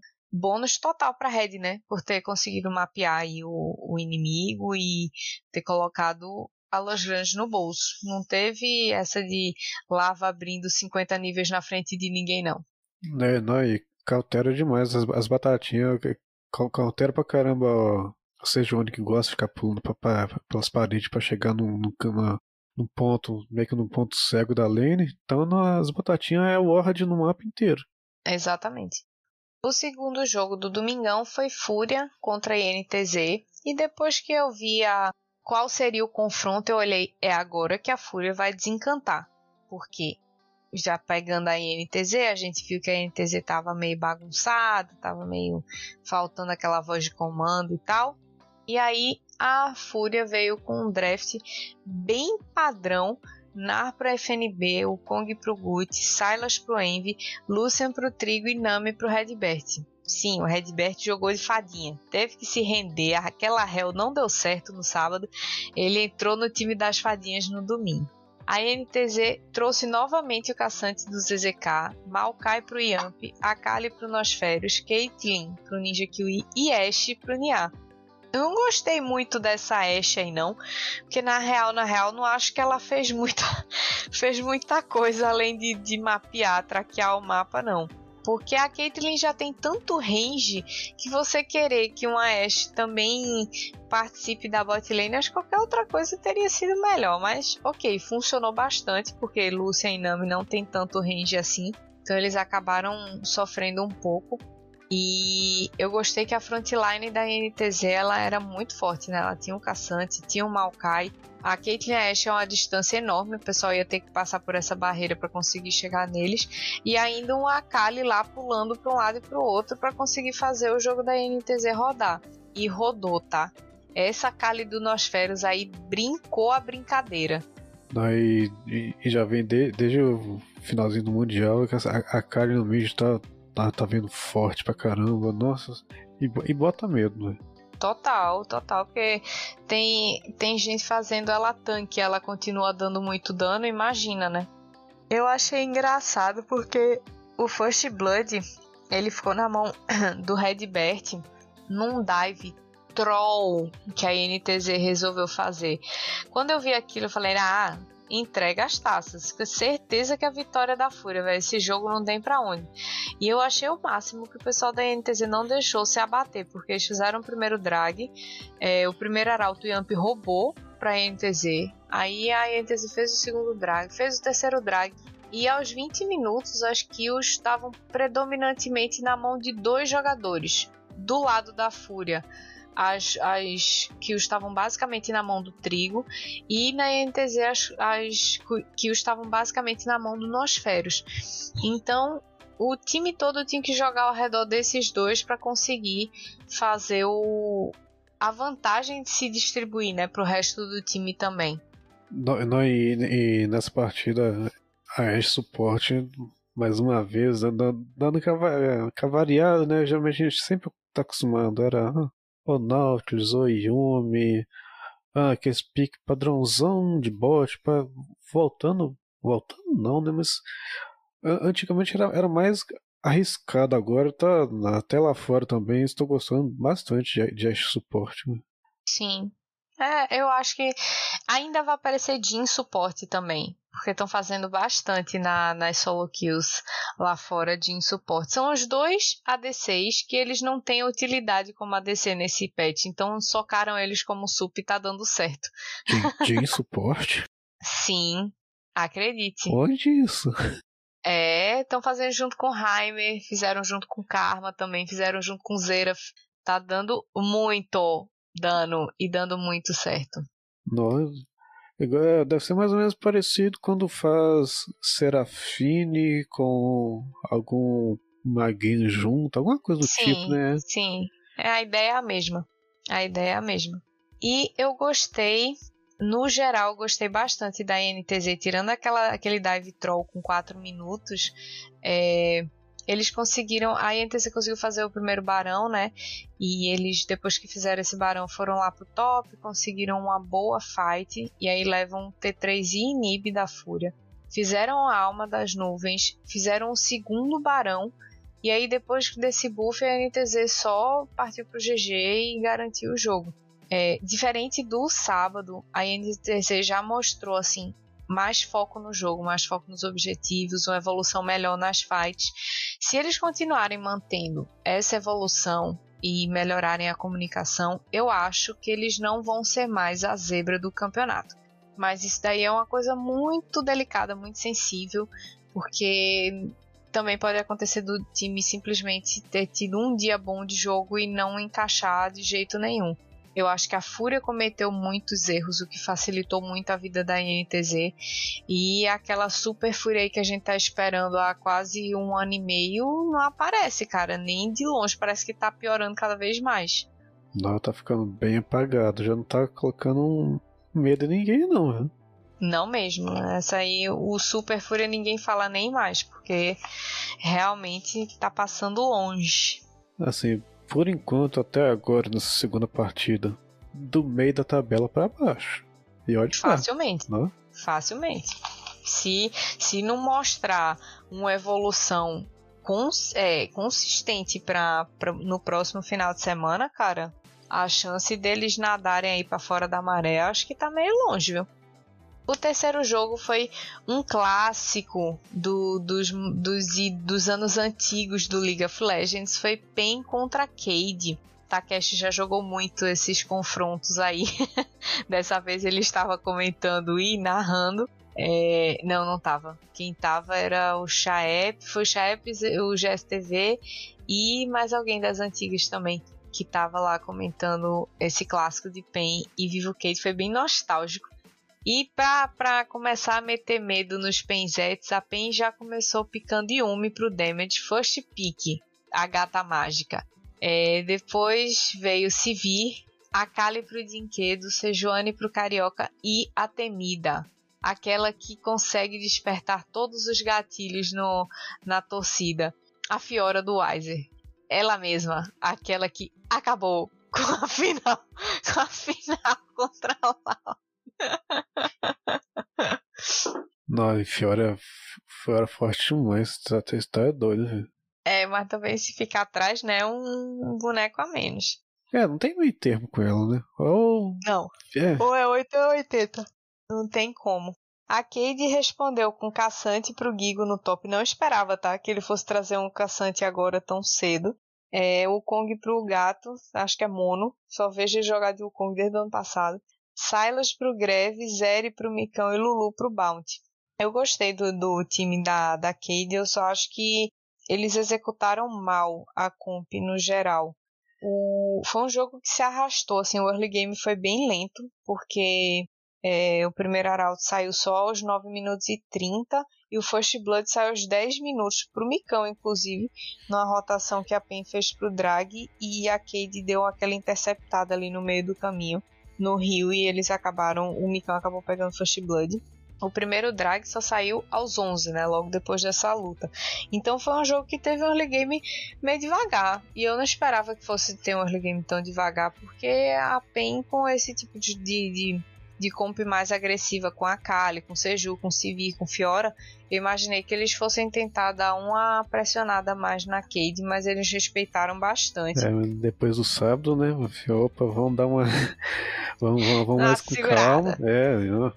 bônus total para a Red, né? Por ter conseguido mapear aí o, o inimigo e ter colocado a Los Grandes no bolso. Não teve essa de Lava abrindo cinquenta níveis na frente de ninguém, não. É, não, e cautera demais as, as batatinhas, cautera pra caramba, ó. Seja o único que gosta de ficar pulando pra, pra, pelas paredes para chegar num, num, num ponto, meio que num ponto cego da lane. Então as batatinhas é o Ward no mapa inteiro. Exatamente. O segundo jogo do Domingão foi Fúria contra a I N T Z. E depois que eu vi a, qual seria o confronto, eu olhei, é agora que a Fúria vai desencantar. Por quê? já pegando a N T Z, a gente viu que a N T Z tava meio bagunçada, tava meio faltando aquela voz de comando e tal. E aí a Fúria veio com um draft bem padrão. Nar pro F N B, o Kong pro Guts, Sylas pro Envy, Lucian pro Trigo e Nami pro Redbert. Sim, o Redbert jogou de fadinha. Teve que se render. Aquela Hell não deu certo no sábado. Ele entrou no time das fadinhas no domingo. A N T Z trouxe novamente o caçante do Z Z K, Maokai pro Yamp, Akali pro Nosferos, Caitlyn pro Ninja Kiwi e Ashe pro Nia. Eu não gostei muito dessa Ashe aí não, porque na real, na real, não acho que ela fez muita, fez muita coisa além de, de mapear, traquear o mapa não. Porque a Caitlyn já tem tanto range que você querer que uma Ashe também participe da bot lane, acho que qualquer outra coisa teria sido melhor. Mas ok, funcionou bastante, porque Lucian e Nami não tem tanto range assim, então eles acabaram sofrendo um pouco. E eu gostei que a frontline da N T Z ela era muito forte, né? Ela tinha um caçante, tinha um Maokai. A Caitlyn e a Ashe é uma distância enorme, o pessoal ia ter que passar por essa barreira para conseguir chegar neles. E ainda um Akali lá pulando para um lado e para o outro para conseguir fazer o jogo da N T Z rodar. E rodou, tá? Essa Akali do Nosferos aí brincou a brincadeira. E, e, e já vem de, desde o finalzinho do Mundial que a, a Akali no mid tá... Tá, tá vendo forte pra caramba, nossa, e, e bota medo, né? Total, total, porque tem, tem gente fazendo ela tanque, ela continua dando muito dano, imagina, né? Eu achei engraçado porque o First Blood, ele ficou na mão do Redbert num dive troll que a N T Z resolveu fazer. Quando eu vi aquilo, eu falei, ah... entrega as taças, com certeza que a vitória da Fúria, velho, esse jogo não tem pra onde. E eu achei o máximo que o pessoal da N T Z não deixou se abater, porque eles fizeram o primeiro drag, é, o primeiro arauto Yamp roubou pra N T Z, aí a N T Z fez o segundo drag, fez o terceiro drag, e aos vinte minutos as kills estavam predominantemente na mão de dois jogadores, do lado da Fúria. As, as kills estavam basicamente na mão do Trigo e na N T Z as, as kills estavam basicamente na mão do Nosferos. Então o time todo tinha que jogar ao redor desses dois para conseguir fazer o, a vantagem de se distribuir, né, para o resto do time também. Não, não, e, e nessa partida a Ashe suporte mais uma vez dando, dando cavariada, né? Geralmente a gente sempre tá acostumado, era o Nautilus, o Yumi, ah, aqueles pique padrãozão de bot, pra, voltando, voltando não, né, mas antigamente era, era mais arriscado, agora tá até lá fora também, estou gostando bastante de, de Ashe suporte. Né? Sim, é, eu acho que ainda vai aparecer Jhin suporte também, porque estão fazendo bastante na, nas solo kills lá fora de suporte. São os dois A D Cs que eles não têm utilidade como A D C nesse patch, então socaram eles como sup e tá dando certo. De suporte? Sim, acredite. Onde isso? É, estão fazendo junto com Heimer, fizeram junto com Karma também, fizeram junto com Xerath. Tá dando muito dano e dando muito certo. Nossa. Deve ser mais ou menos parecido quando faz Serafine com algum maguinho junto, alguma coisa do sim, tipo, né? Sim, é, a ideia é a mesma. A ideia é a mesma. E eu gostei, no geral, gostei bastante da N T Z, tirando aquela, aquele dive troll com quatro minutos. É, eles conseguiram, a N T Z conseguiu fazer o primeiro barão, né? E eles, depois que fizeram esse barão, foram lá pro top, conseguiram uma boa fight, e aí levam o T três e inibe da Fúria. Fizeram a alma das nuvens, fizeram o segundo barão, e aí depois desse buff a N T Z só partiu pro G G e garantiu o jogo. É, diferente do sábado, a N T Z já mostrou assim mais foco no jogo, mais foco nos objetivos, uma evolução melhor nas fights. Se eles continuarem mantendo essa evolução e melhorarem a comunicação, eu acho que eles não vão ser mais a zebra do campeonato. Mas isso daí é uma coisa muito delicada, muito sensível, porque também pode acontecer do time simplesmente ter tido um dia bom de jogo e não encaixar de jeito nenhum. Eu acho que a Fúria cometeu muitos erros, o que facilitou muito a vida da I N T Z. E aquela Super Fúria aí que a gente tá esperando há quase um ano e meio não aparece, cara. Nem de longe. Parece que tá piorando cada vez mais. Não, tá ficando bem apagado. Já não tá colocando um medo em ninguém, não, né? Não mesmo. Essa aí, o Super Fúria, ninguém fala nem mais. Porque realmente tá passando longe. Assim, por enquanto, até agora, nessa segunda partida, do meio da tabela pra baixo. E olha Facilmente. Lá, né? Facilmente. Se, se não mostrar uma evolução cons, é, consistente pra, pra, no próximo final de semana, cara, a chance deles nadarem aí pra fora da maré, acho que tá meio longe, viu? O terceiro jogo foi um clássico do, dos, dos, dos anos antigos do League of Legends. Foi Pain contra Cade. Takeshi já jogou muito esses confrontos aí. Dessa vez ele estava comentando e narrando. É, não, não estava. Quem estava era o Chaep, foi o Chaep, o G S T V e mais alguém das antigas também, que estava lá comentando esse clássico de Pain e Vivo Cade. Foi bem nostálgico. E pra, pra começar a meter medo nos Penzettes, a Pen já começou picando Yumi pro damage first pick, a gata mágica. É, depois veio Sivir, a Kali pro Dinquedo, Sejuani pro Carioca e a Temida, aquela que consegue despertar todos os gatilhos no, na torcida, a Fiora do Weiser. Ela mesma, aquela que acabou com a final, com a final contra o Lau. Não, e Fiora, Fiora forte demais, tá, tá é doido. Né? É, mas também se ficar atrás, né, um boneco a menos. É, não tem meio termo com ela, né? Ou... Não, É. ou é oito ou é oitenta. Não tem como. A Cade respondeu com caçante pro Gigo no top. Não esperava, tá? Que ele fosse trazer um caçante agora tão cedo. É, o Kong pro gato, acho que é mono. Só vejo ele jogar de Wukong desde o ano passado. Silas pro Greve, Zeri pro Micão e Lulu pro Bounty. Eu gostei do, do time da, da Cade, eu só acho que eles executaram mal a comp no geral. O, foi um jogo que se arrastou, assim, o early game foi bem lento, porque é, o primeiro Arauto saiu só aos nove minutos e trinta e o First Blood saiu aos dez minutos, pro Micão, inclusive, numa rotação que a Pen fez pro Drag, e a Cade deu aquela interceptada ali no meio do caminho, no rio, e eles acabaram, o Micão acabou pegando First Blood. O primeiro drag só saiu aos onze, né, logo depois dessa luta. Então foi um jogo que teve um early game meio devagar, e eu não esperava que fosse ter um early game tão devagar, porque a Pen com esse tipo de, de, de comp mais agressiva, com a Kali, com Seju, com Sivir, com Fiora, eu imaginei que eles fossem tentar dar uma pressionada mais na Cade, mas eles respeitaram bastante. É, depois do sábado, né, opa, vamos dar uma... vamos, vamos, vamos mais com calma. É,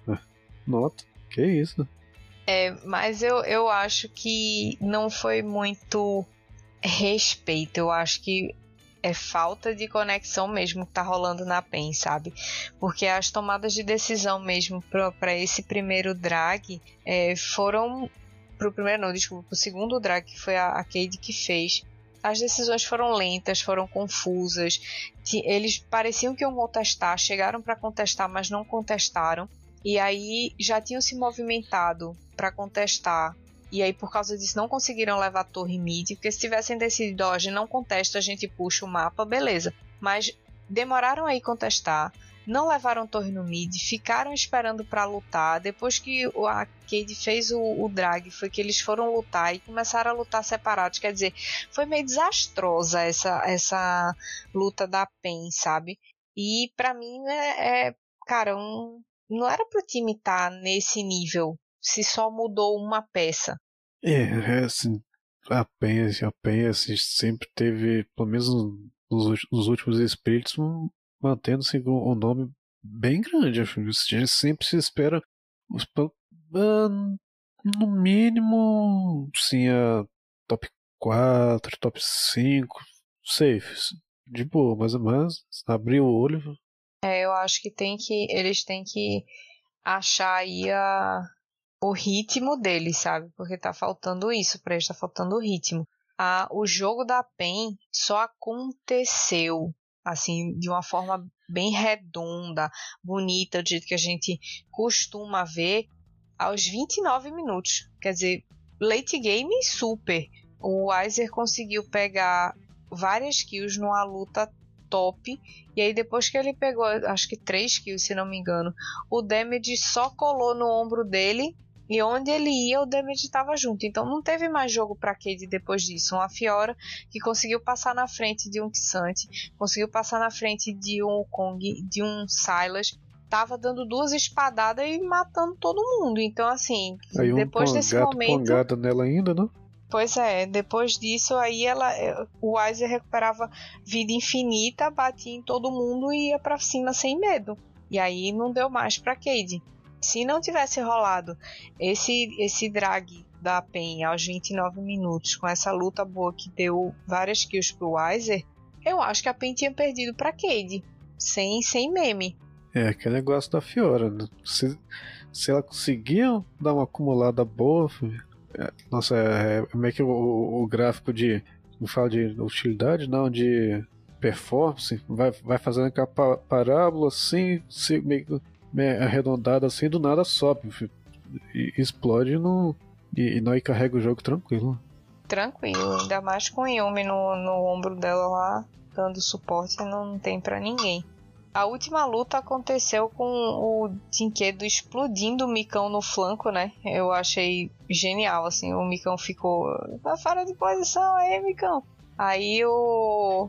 nota. Que isso? É, mas eu, eu acho que não foi muito respeito. Eu acho que é falta de conexão mesmo que tá rolando na Pen, sabe? Porque as tomadas de decisão mesmo para esse primeiro drag é, foram... Pro primeiro não, desculpa, pro segundo drag, que foi a, a Cade que fez. As decisões foram lentas, foram confusas. Eles pareciam que iam contestar, chegaram para contestar, mas não contestaram. E aí já tinham se movimentado para contestar. E aí por causa disso não conseguiram levar a torre mid. Porque se tivessem decidido, ó, a gente não contesta, a gente puxa o mapa, beleza. Mas demoraram aí contestar. Não levaram torre no mid. Ficaram esperando para lutar. Depois que a Cade fez o, o drag, foi que eles foram lutar e começaram a lutar separados. Quer dizer, foi meio desastrosa essa, essa luta da Pen, sabe? E pra mim é, é cara, um... não era pro time estar tá nesse nível se só mudou uma peça. É, é assim, a Pen, a Pen assim, sempre teve, pelo menos nos, nos últimos splits, mantendo-se um, um nome bem grande. A gente sempre se espera no mínimo sim, a top quatro, top cinco, safe, de boa, mas, mas abrir o olho. É, eu acho que tem que eles têm que achar aí a, o ritmo deles, sabe? Porque tá faltando isso, pra eles tá faltando o ritmo. Ah, o jogo da Pen só aconteceu assim, de uma forma bem redonda, bonita, do jeito que a gente costuma ver, aos vinte e nove minutos. Quer dizer, late game super. O Weiser conseguiu pegar várias kills numa luta top, e aí depois que ele pegou, acho que três kills, se não me engano, o damage só colou no ombro dele, e onde ele ia o damage estava junto. Então não teve mais jogo para Cade depois disso. Uma Fiora que conseguiu passar na frente de um K'Sante, conseguiu passar na frente de um Kong, de um Sylas, tava dando duas espadadas e matando todo mundo. Então assim, aí um depois desse gato momento, pongada nela ainda, não? pois é, depois disso aí ela, o Weiser recuperava vida infinita, batia em todo mundo e ia pra cima sem medo. E aí não deu mais pra Cade. Se não tivesse rolado esse, esse drag da Pen aos vinte e nove minutos, com essa luta boa que deu várias kills pro Weiser, eu acho que a Pen tinha perdido pra Cade. Sem, sem meme. É, aquele negócio da Fiora, né? Se, se ela conseguia dar uma acumulada boa, é, nossa, é, é meio que o, o gráfico de, não falo de utilidade, não, de performance, vai, vai fazendo aquela parábola assim, se, meio, meio arredondada assim, do nada sobe, e explode no, e, e não carrega o jogo tranquilo. Tranquilo, ainda mais com o Yumi no, no ombro dela lá, dando suporte, não tem pra ninguém. A última luta aconteceu com o Dinquedo explodindo o Micão no flanco, né? Eu achei genial, assim. O Micão ficou... Tá fora de posição aí, Micão. Aí o...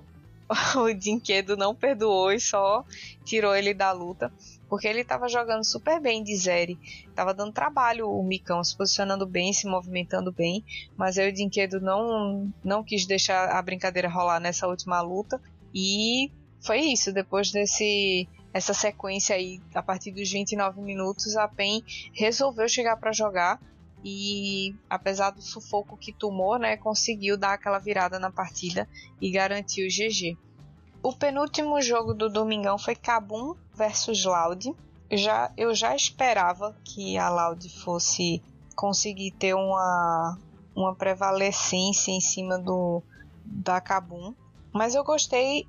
o Dinquedo não perdoou e só tirou ele da luta. Porque ele tava jogando super bem de Zeri. Tava dando trabalho o Micão, se posicionando bem, se movimentando bem. Mas aí o Dinquedo não, não quis deixar a brincadeira rolar nessa última luta. E... foi isso, depois desse essa sequência aí, a partir dos vinte e nove minutos, a Pen resolveu chegar para jogar e, apesar do sufoco que tomou, né, conseguiu dar aquela virada na partida e garantiu o G G. O penúltimo jogo do domingão foi Kabum versus Loud. Já, eu já esperava que a Loud fosse conseguir ter uma, uma prevalecência em cima do, da Kabum, mas eu gostei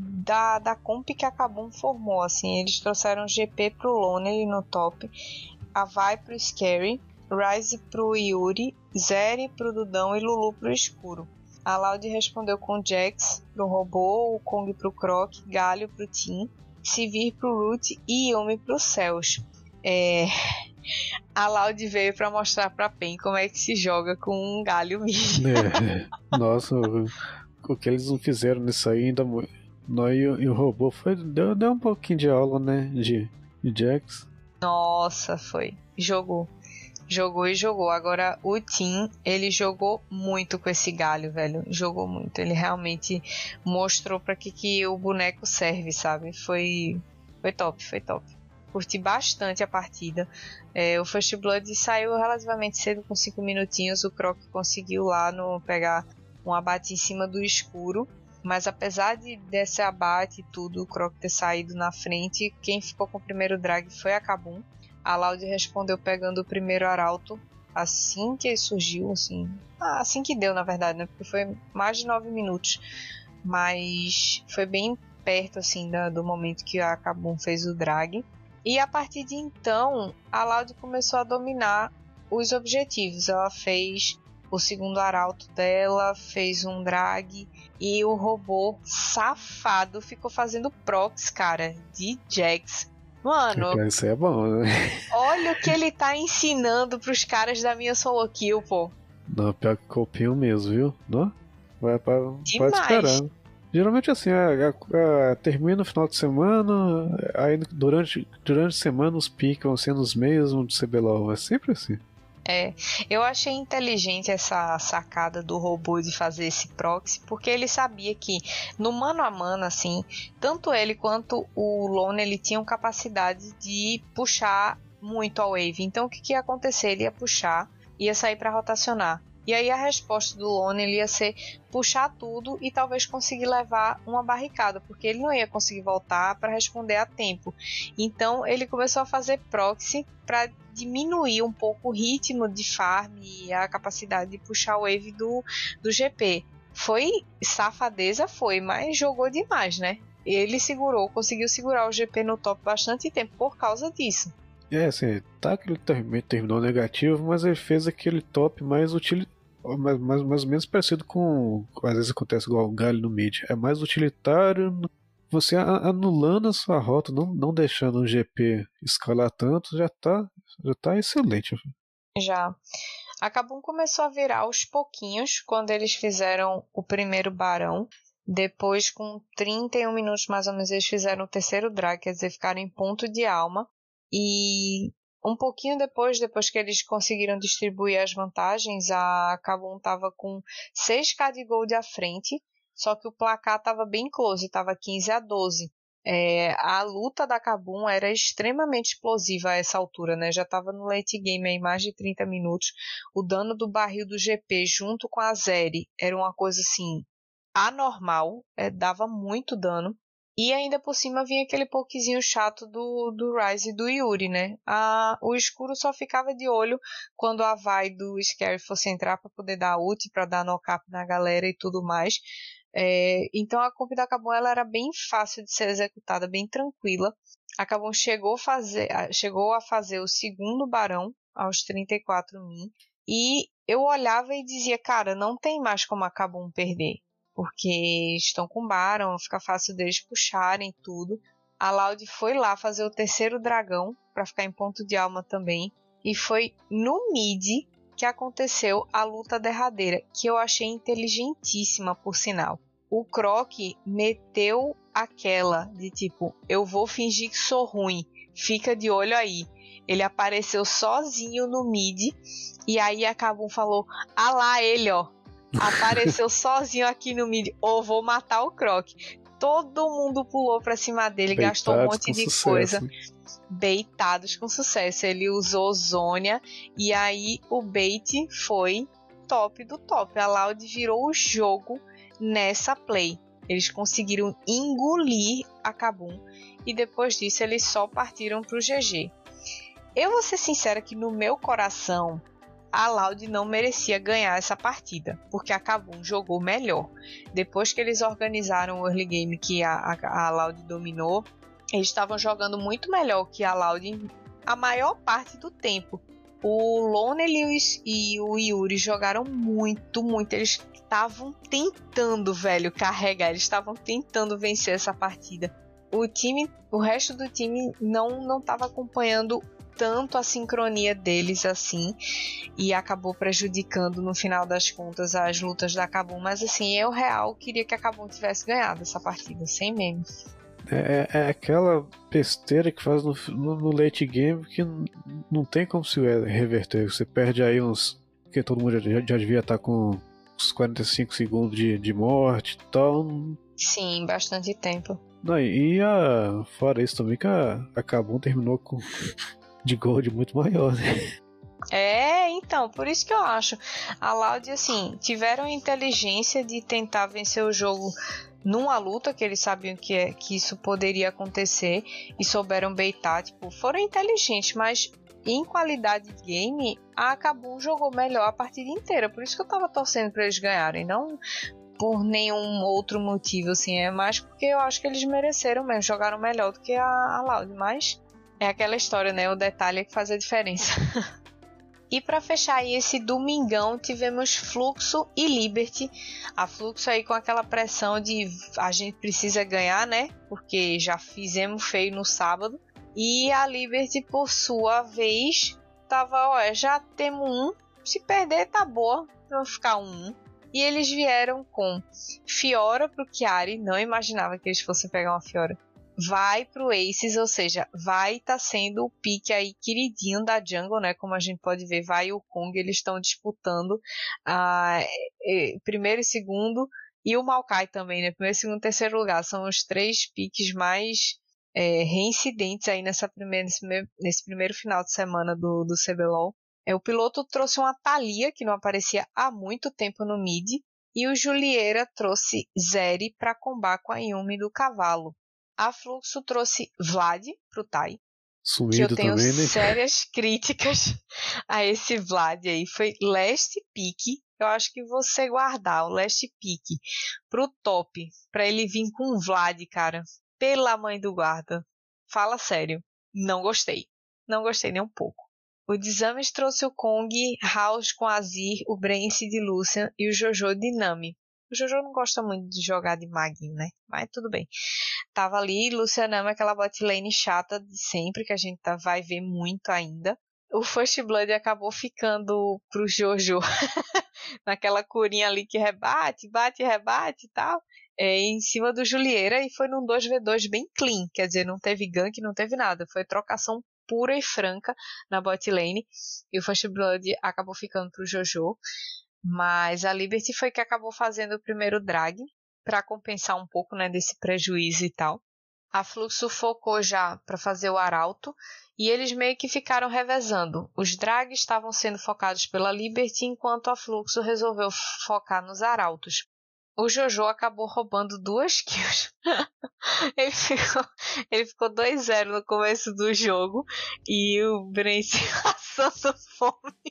Da, da comp que a Kabum formou, assim, eles trouxeram G P pro Lonely no top, a Vi pro Scary, Ryze pro Yuri, Zeri pro Dudão e Lulu pro Escuro. A Loud respondeu com Jax pro Robô, o Kong pro Croc, Galio pro Tim, Sivir pro Root e Yumi pro Cels. É... A Loud veio pra mostrar pra Pen como é que se joga com um Galio mesmo. É, nossa, o, o que eles não fizeram nisso aí ainda... No, e, e o robô foi, deu, deu um pouquinho de aula, né? De, de Jax. Nossa, foi. Jogou. Jogou e jogou. Agora, o Tim, ele jogou muito com esse galho, velho. Jogou muito. Ele realmente mostrou pra que, que o boneco serve, sabe? Foi, foi top, foi top. Curti bastante a partida. É, o First Blood saiu relativamente cedo, com cinco minutinhos. O Croc conseguiu lá no, pegar um abate em cima do escuro. Mas apesar de desse abate e tudo, o Croc ter saído na frente, quem ficou com o primeiro drag foi a Kabum. A Loud respondeu pegando o primeiro arauto assim que ele surgiu, assim, assim que deu na verdade, né? Porque foi mais de nove minutos. Mas foi bem perto assim da, do momento que a Kabum fez o drag. E a partir de então, a Loud começou a dominar os objetivos. Ela fez o segundo arauto dela, fez um drag e o robô safado ficou fazendo procs, cara, de Jax. Mano, isso é bom, né? Olha o que ele tá ensinando pros caras da minha solo kill, pô. Não, pior que copinho mesmo, viu? Não? Vai pra, Demais. pode esperar. Geralmente assim, é, é, é, termina no final de semana, aí durante, durante a semana os piques vão sendo os mesmos do C B L O L, é sempre assim. É, eu achei inteligente essa sacada do robô de fazer esse proxy, porque ele sabia que no mano a mano, assim, tanto ele quanto o Lone, ele tinham capacidade de puxar muito a wave. Então o que, que ia acontecer? Ele ia puxar, ia sair para rotacionar. E aí a resposta do Lone ele ia ser puxar tudo e talvez conseguir levar uma barricada, porque ele não ia conseguir voltar para responder a tempo. Então ele começou a fazer proxy para diminuir um pouco o ritmo de farm e a capacidade de puxar a wave do, do G P. Foi safadeza, foi, mas jogou demais, né? ele segurou, conseguiu segurar o G P no top bastante tempo por causa disso. É, assim, tá que ele termi- terminou negativo, mas ele fez aquele top mais utilitário. Mais, mais, mais ou menos parecido com. Às vezes acontece igual o Galho no mid. É mais utilitário. Você a- anulando a sua rota, não, não deixando o G P escalar tanto, já tá, já tá excelente. Já. A Kabum começou a virar aos pouquinhos quando eles fizeram o primeiro barão. Depois, com trinta e um minutos mais ou menos, eles fizeram o terceiro drag, quer dizer, ficaram em ponto de alma. E um pouquinho depois, depois que eles conseguiram distribuir as vantagens, a Kabum estava com seis K de gold à frente, só que o placar estava bem close, estava quinze a doze. É, a luta da Kabum era extremamente explosiva a essa altura, né? Já estava no late game aí mais de trinta minutos. O dano do barril do G P junto com a Zeri era uma coisa assim anormal, é, dava muito dano. E ainda por cima vinha aquele pokezinho chato do, do Ryze e do Yuri, né? A, o escuro só ficava de olho quando a vai do Scary fosse entrar para poder dar ult, para dar knock-up na galera e tudo mais. É, então a comp da Kabum ela era bem fácil de ser executada, bem tranquila. A Kabum chegou a fazer, chegou a fazer o segundo barão aos trinta e quatro min. E eu olhava e dizia, cara, não tem mais como a Kabum perder. Porque estão com Baron, fica fácil deles puxarem tudo. A Loud foi lá fazer o terceiro dragão, para ficar em ponto de alma também. E foi no mid que aconteceu a luta derradeira, que eu achei inteligentíssima, por sinal. O Croc meteu aquela de tipo, eu vou fingir que sou ruim, fica de olho aí. Ele apareceu sozinho no mid, e aí a Kabum falou, ah lá ele, ó. Apareceu sozinho aqui no mid, ou oh, vou matar o Croc. Todo mundo pulou pra cima dele, Beitados gastou um monte de sucesso. Coisa. Beitados com sucesso. Ele usou Zônia e aí o bait foi top do top. A Loud virou o jogo nessa play. Eles conseguiram engolir a Kabum e depois disso eles só partiram pro G G. Eu vou ser sincera que no meu coração a Loud não merecia ganhar essa partida, porque a Kabum jogou melhor. Depois que eles organizaram o early game que a, a, a Loud dominou, eles estavam jogando muito melhor que a Loud a maior parte do tempo. O Lonely e o Yuri jogaram muito, muito. Eles estavam tentando, velho, carregar. Eles estavam tentando vencer essa partida. O time, o resto do time não não estava acompanhando tanto a sincronia deles assim, e acabou prejudicando no final das contas as lutas da Kabum, mas assim, eu real queria que a Kabum tivesse ganhado essa partida, sem meme. É, é aquela besteira que faz no, no, no late game que n- não tem como se reverter. Você perde aí uns. Porque todo mundo já, já devia estar com uns quarenta e cinco segundos de, de morte e tal. Sim, bastante tempo. Não, e a, fora isso também que a, a Kabum terminou com de gold muito maior, né? É, então, por isso que eu acho. A Loud, assim, tiveram inteligência de tentar vencer o jogo numa luta que eles sabiam que, é, que isso poderia acontecer e souberam baitar, tipo, foram inteligentes, mas em qualidade de game, a Kabum jogou melhor a partida inteira, por isso que eu tava torcendo pra eles ganharem, não por nenhum outro motivo, assim, é mais porque eu acho que eles mereceram mesmo, jogaram melhor do que a, a Loud, mas é aquela história, né? O detalhe é que faz a diferença. E para fechar aí esse domingão, tivemos Fluxo e Liberty. A Fluxo aí com aquela pressão de a gente precisa ganhar, né? Porque já fizemos feio no sábado. E a Liberty, por sua vez, tava, ó, já temos um. Se perder, tá boa. Vamos ficar um. E eles vieram com Fiora pro Chiari. Não imaginava que eles fossem pegar uma Fiora. Vai pro Aces, ou seja, vai tá sendo o pique aí queridinho da jungle, né? Como a gente pode ver, vai o Kong, eles estão disputando a uh, primeiro e segundo, e o Maokai também, né? Primeiro, segundo e terceiro lugar, são os três piques mais é, reincidentes aí nessa primeira, nesse, nesse primeiro final de semana do, do C B L O L. É, o piloto trouxe uma Thalia, que não aparecia há muito tempo no mid, e o Julieira trouxe Zeri para combar com a Yumi do cavalo. A Fluxo trouxe Vlad pro Tai. Sumido que eu tenho também, né? sérias críticas a esse Vlad aí. Foi last pick Eu acho que você guardar o last pick pro top, pra ele vir com o Vlad, cara, pela mãe do guarda. Fala sério. Não gostei. Não gostei nem um pouco. O Desames trouxe o Kong, House com Azir, o Brence de Lucian e o Jojo de Nami. O Jojo não gosta muito de jogar de maguinho, né? Mas tudo bem. Tava ali, Lucian Nami, aquela bot lane chata de sempre, que a gente tá, vai ver muito ainda. O First Blood acabou ficando pro Jojo naquela curinha ali que rebate, bate, rebate e tal. É, em cima do Julieira, e foi num dois contra dois bem clean. Quer dizer, não teve gank, não teve nada. Foi trocação pura e franca na bot lane. E o First Blood acabou ficando pro Jojo. Mas a Liberty foi que acabou fazendo o primeiro drag, para compensar um pouco, né, desse prejuízo e tal. A Fluxo focou já para fazer o Arauto, e eles meio que ficaram revezando. Os drags estavam sendo focados pela Liberty, enquanto a Fluxo resolveu focar nos Arautos. O Jojo acabou roubando duas kills. ele ficou, ele ficou dois a zero no começo do jogo, e o Brence passando fome.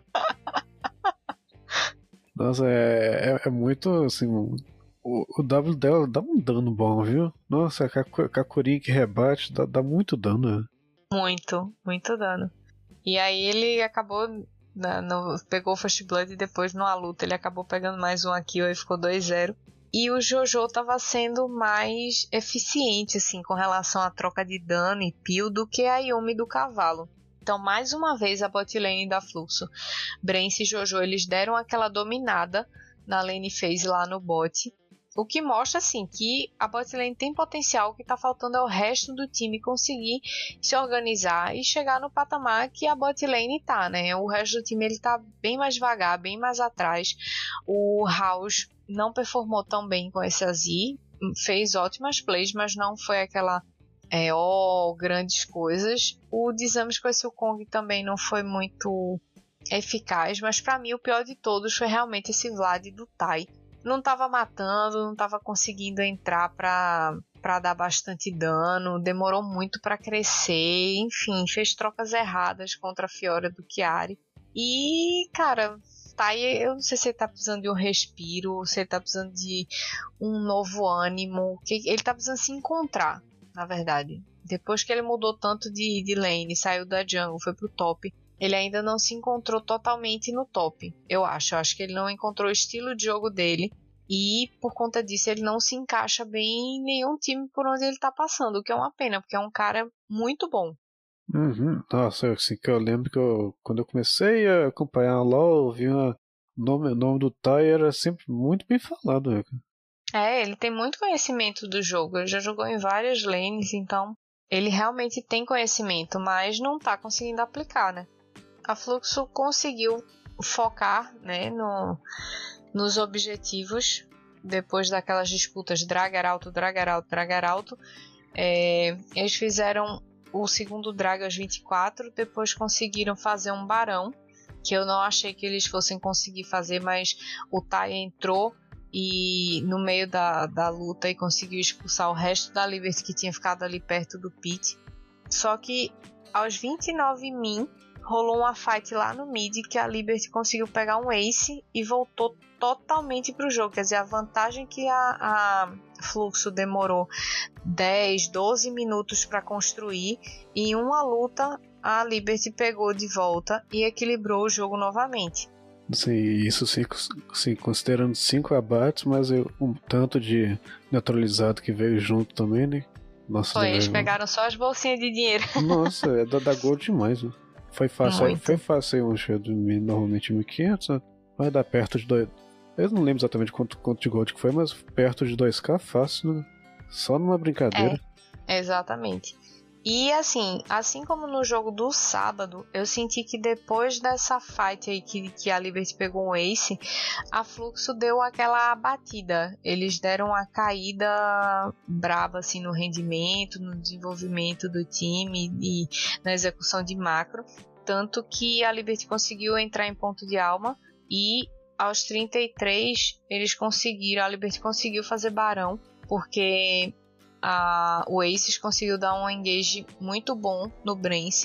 Nossa, é, é, é muito assim. O, o W dela dá um dano bom, viu? Nossa, a Kakurin que rebate dá, dá muito dano. Né? Muito, muito dano. E aí ele acabou. Na, no, pegou o First Blood e depois numa luta ele acabou pegando mais um aqui, aí ficou dois a zero. E o Jojo tava sendo mais eficiente assim, com relação à troca de dano e peel do que a Yumi do cavalo. Então, mais uma vez, a bot lane da Fluxo, Brence e Jojo, eles deram aquela dominada na lane phase lá no bot. O que mostra, assim, que a bot lane tem potencial, o que tá faltando é o resto do time conseguir se organizar e chegar no patamar que a bot lane tá, né? O resto do time, ele tá bem mais devagar, bem mais atrás. O House não performou tão bem com esse Azir, fez ótimas plays, mas não foi aquela... É, ó, oh, grandes coisas. O Desames com esse Kong também não foi muito eficaz, mas pra mim o pior de todos foi realmente esse Vlad do Tai. Não tava matando, não tava conseguindo entrar pra, pra dar bastante dano, demorou muito pra crescer, enfim, fez trocas erradas contra a Fiora do Chiari. E, cara, Tai, eu não sei se ele tá precisando de um respiro, se ele tá precisando de um novo ânimo, que ele tá precisando se encontrar. Na verdade, depois que ele mudou tanto de, de lane, saiu da jungle, foi pro top, ele ainda não se encontrou totalmente no top, eu acho. Eu acho que ele não encontrou o estilo de jogo dele e por conta disso ele não se encaixa bem em nenhum time por onde ele tá passando, o que é uma pena, porque é um cara muito bom. Uhum. Nossa, assim, que eu lembro que eu, quando eu comecei a acompanhar a LoL, eu vi o nome, o nome do Tai era sempre muito bem falado, né? É, ele tem muito conhecimento do jogo, ele já jogou em várias lanes, então ele realmente tem conhecimento, mas não tá conseguindo aplicar, né? A Fluxo conseguiu focar, né, no, nos objetivos, depois daquelas disputas drag arauto, drag arauto, drag arauto. É, eles fizeram o segundo drag aos vinte e quatro, depois conseguiram fazer um barão, que eu não achei que eles fossem conseguir fazer, mas o Tai entrou e no meio da, da luta e conseguiu expulsar o resto da Liberty que tinha ficado ali perto do pit. Só que aos vinte e nove min rolou uma fight lá no mid que a Liberty conseguiu pegar um ace e voltou totalmente pro jogo. Quer dizer, a vantagem que a, a Fluxo demorou dez, doze minutos para construir, em uma luta a Liberty pegou de volta e equilibrou o jogo novamente. Sim, isso sim, sim, considerando cinco abates, mas eu, um tanto de neutralizado que veio junto também, né? Nossa, foi, eles pegaram só as bolsinhas de dinheiro. Nossa, é da, da Gold demais, né? Foi fácil, muito. Foi fácil um cheio de normalmente mil e quinhentos, né? Vai dar perto de dois. Eu não lembro exatamente quanto, quanto de Gold que foi, mas perto de dois K fácil, né? Só numa brincadeira. É, exatamente. E assim, assim como no jogo do sábado, eu senti que depois dessa fight aí que, que a Liberty pegou um ace, a Fluxo deu aquela batida. Eles deram uma caída braba assim no rendimento, no desenvolvimento do time e na execução de macro. Tanto que a Liberty conseguiu entrar em ponto de alma e aos trinta e três eles conseguiram, a Liberty conseguiu fazer barão, porque... A, o Aces conseguiu dar um engage muito bom no Brence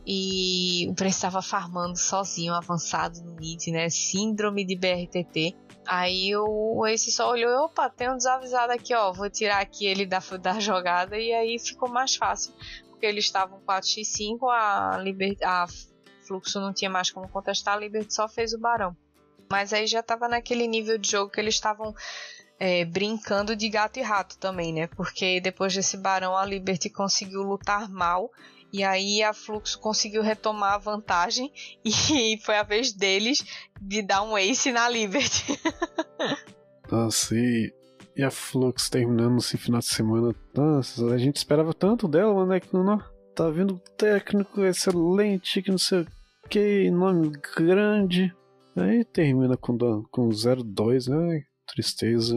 e o Brence estava farmando sozinho, avançado no mid, né? Síndrome de B R T T. Aí o Ace só olhou e, opa, tem um desavisado aqui, ó, vou tirar aqui ele da, da jogada, e aí ficou mais fácil, porque eles estavam quatro contra cinco, a, Liber, a Fluxo não tinha mais como contestar, a Liberty só fez o Barão. Mas aí já tava naquele nível de jogo que eles estavam é, brincando de gato e rato também, né? Porque depois desse Barão a Liberty conseguiu lutar mal, e aí a Fluxo conseguiu retomar a vantagem, e foi a vez deles de dar um ace na Liberty. Nossa, e, e a Flux terminando esse final de semana. Nossa, a gente esperava tanto dela, né? Que não tá vindo técnico excelente, que não sei o que, nome grande. Aí termina com, com zero dois, né? Tristeza.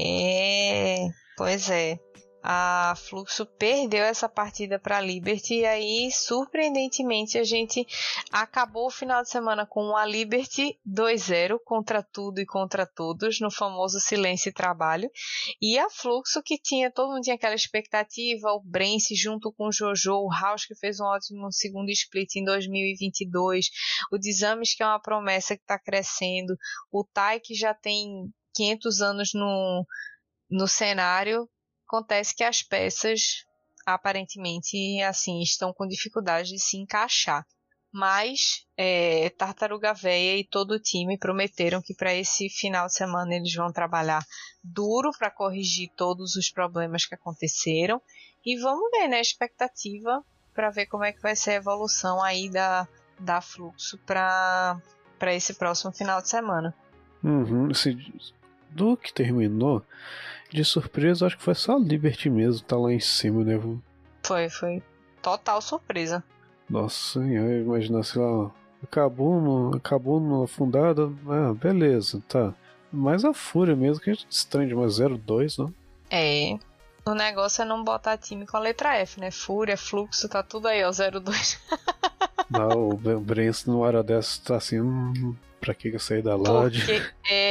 É, pois é. A Fluxo perdeu essa partida para a Liberty, e aí, surpreendentemente, a gente acabou o final de semana com a Liberty dois a zero contra tudo e contra todos, no famoso silêncio e trabalho. E a Fluxo, que tinha, todo mundo tinha aquela expectativa, o Brence junto com o Jojo, o House, que fez um ótimo segundo split em dois mil e vinte e dois, o Dizames, que é uma promessa que está crescendo, o Tai, que já tem quinhentos anos no, no cenário. Acontece que as peças, aparentemente, assim, estão com dificuldade de se encaixar. Mas é, Tartaruga Véia e todo o time prometeram que para esse final de semana eles vão trabalhar duro para corrigir todos os problemas que aconteceram. E vamos ver, né, a expectativa para ver como é que vai ser a evolução aí da, da Fluxo para para esse próximo final de semana. Uhum, esse, do que terminou, de surpresa, acho que foi só a Liberty mesmo, tá lá em cima, né? Foi, foi total surpresa. Nossa, eu imagino assim, ó, acabou no, acabou no afundado, ah, beleza, tá. Mas a Fúria mesmo, que a gente estranha demais, zero dois, não? É, o negócio é não botar time com a letra F, né? Fúria, Fluxo, tá tudo aí, ó, zero dois. Não, o Brence numa hora dessa tá assim, hum, pra que eu saí da Loud? Porque,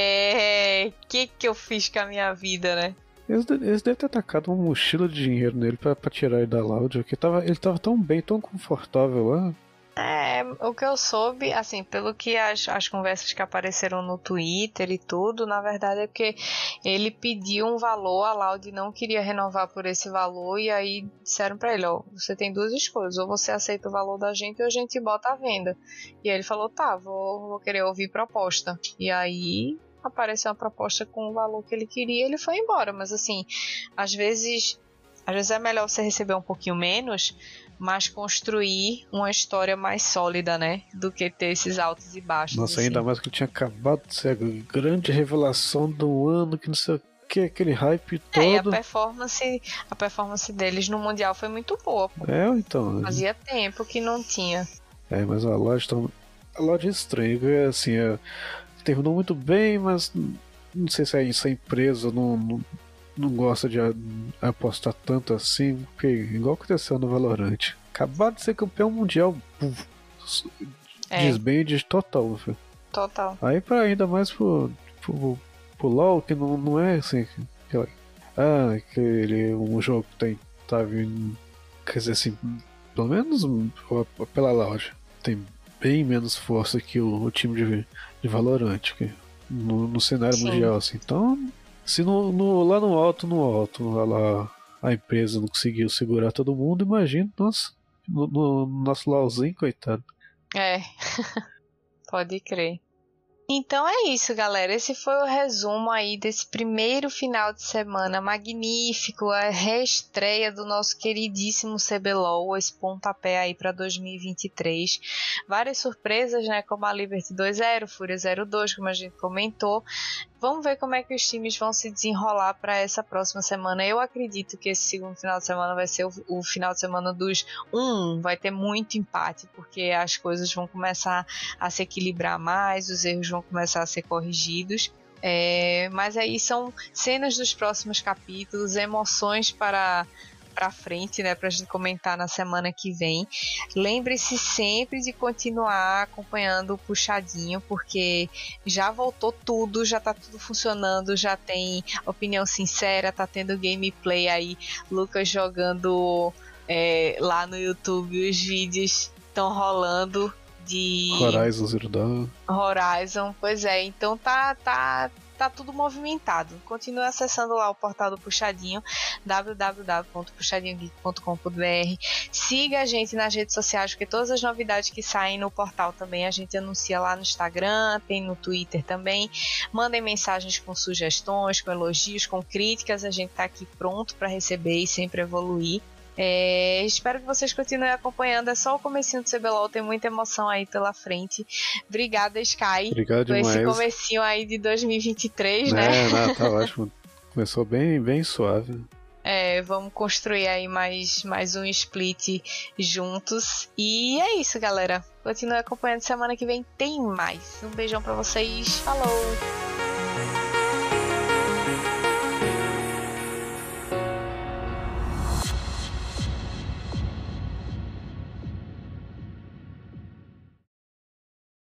é, que que eu fiz com a minha vida, né? Eles, eles devem ter atacado uma mochila de dinheiro nele pra, pra tirar ele da Loud, porque tava, ele tava tão bem, tão confortável lá. É, o que eu soube, assim, pelo que as, as conversas que apareceram no Twitter e tudo, na verdade é porque ele pediu um valor, a Loud não queria renovar por esse valor, e aí disseram pra ele, ó, você tem duas escolhas, ou você aceita o valor da gente ou a gente bota à venda. E aí ele falou, tá, vou, vou querer ouvir proposta. E aí apareceu uma proposta com o valor que ele queria e ele foi embora. Mas assim, às vezes, às vezes é melhor você receber um pouquinho menos, mas construir uma história mais sólida, né? Do que ter esses altos e baixos. Nossa, assim. ainda mais que ele tinha acabado de ser a grande revelação do ano, que não sei o que, aquele hype todo. É, e a performance, a performance deles no Mundial foi muito boa. Pô. É, então. Fazia tempo que não tinha. É, mas a loja tá... A loja é estranha, é assim, é... terminou muito bem, mas não sei se é isso, a empresa não, não, não gosta de apostar tanto assim, porque igual aconteceu no Valorant. Acabar de ser campeão mundial, puf, É. desbande total, filho. Total. Aí pra ainda mais pro, pro, pro LoL, que não, não é assim, aquela, ah, aquele um jogo que tem, tá vindo, quer dizer assim, pelo menos pela loja, tem bem menos força que o, o time de, de Valorant, que no, no cenário Sim. mundial, assim. Então, se no, no, lá no alto, no alto, lá, lá a empresa não conseguiu segurar todo mundo, imagina, nossa, no, no nosso LoLzinho, coitado. É. Pode crer. Então é isso, galera. Esse foi o resumo aí desse primeiro final de semana magnífico, a reestreia do nosso queridíssimo C B L O L, esse pontapé aí para dois mil e vinte e três. Várias surpresas, né, como a Liberty dois a zero, Fúria zero dois, como a gente comentou. Vamos ver como é que os times vão se desenrolar para essa próxima semana. Eu acredito que esse segundo final de semana vai ser o, o final de semana dos um, vai ter muito empate, porque as coisas vão começar a se equilibrar mais, os erros vão começar a ser corrigidos. É, mas aí são cenas dos próximos capítulos, emoções para para frente, né, pra gente comentar na semana que vem. Lembre-se sempre de continuar acompanhando o Puxadinho, porque já voltou tudo, já tá tudo funcionando, já tem opinião sincera, tá tendo gameplay aí, Lucas jogando é, lá no YouTube os vídeos estão rolando de Horizon Zero Dawn. Horizon, pois é, então tá, tá, tá tudo movimentado. Continue acessando lá o portal do Puxadinho, w w w ponto puxadinho geek ponto com ponto b r. Siga a gente nas redes sociais, porque todas as novidades que saem no portal também a gente anuncia lá no Instagram, tem no Twitter também. Mandem mensagens com sugestões, com elogios, com críticas, a gente tá aqui pronto para receber e sempre evoluir. É, espero que vocês continuem acompanhando. É só o comecinho do C B L O L, tem muita emoção aí pela frente. Obrigada, Sky, Obrigado por demais. esse comecinho aí de dois mil e vinte e três, né? É, não, tá ótimo. Começou bem, bem suave. É, vamos construir aí mais, mais um split juntos. E é isso, galera. Continue acompanhando. Semana que vem tem mais. Um beijão pra vocês. Falou!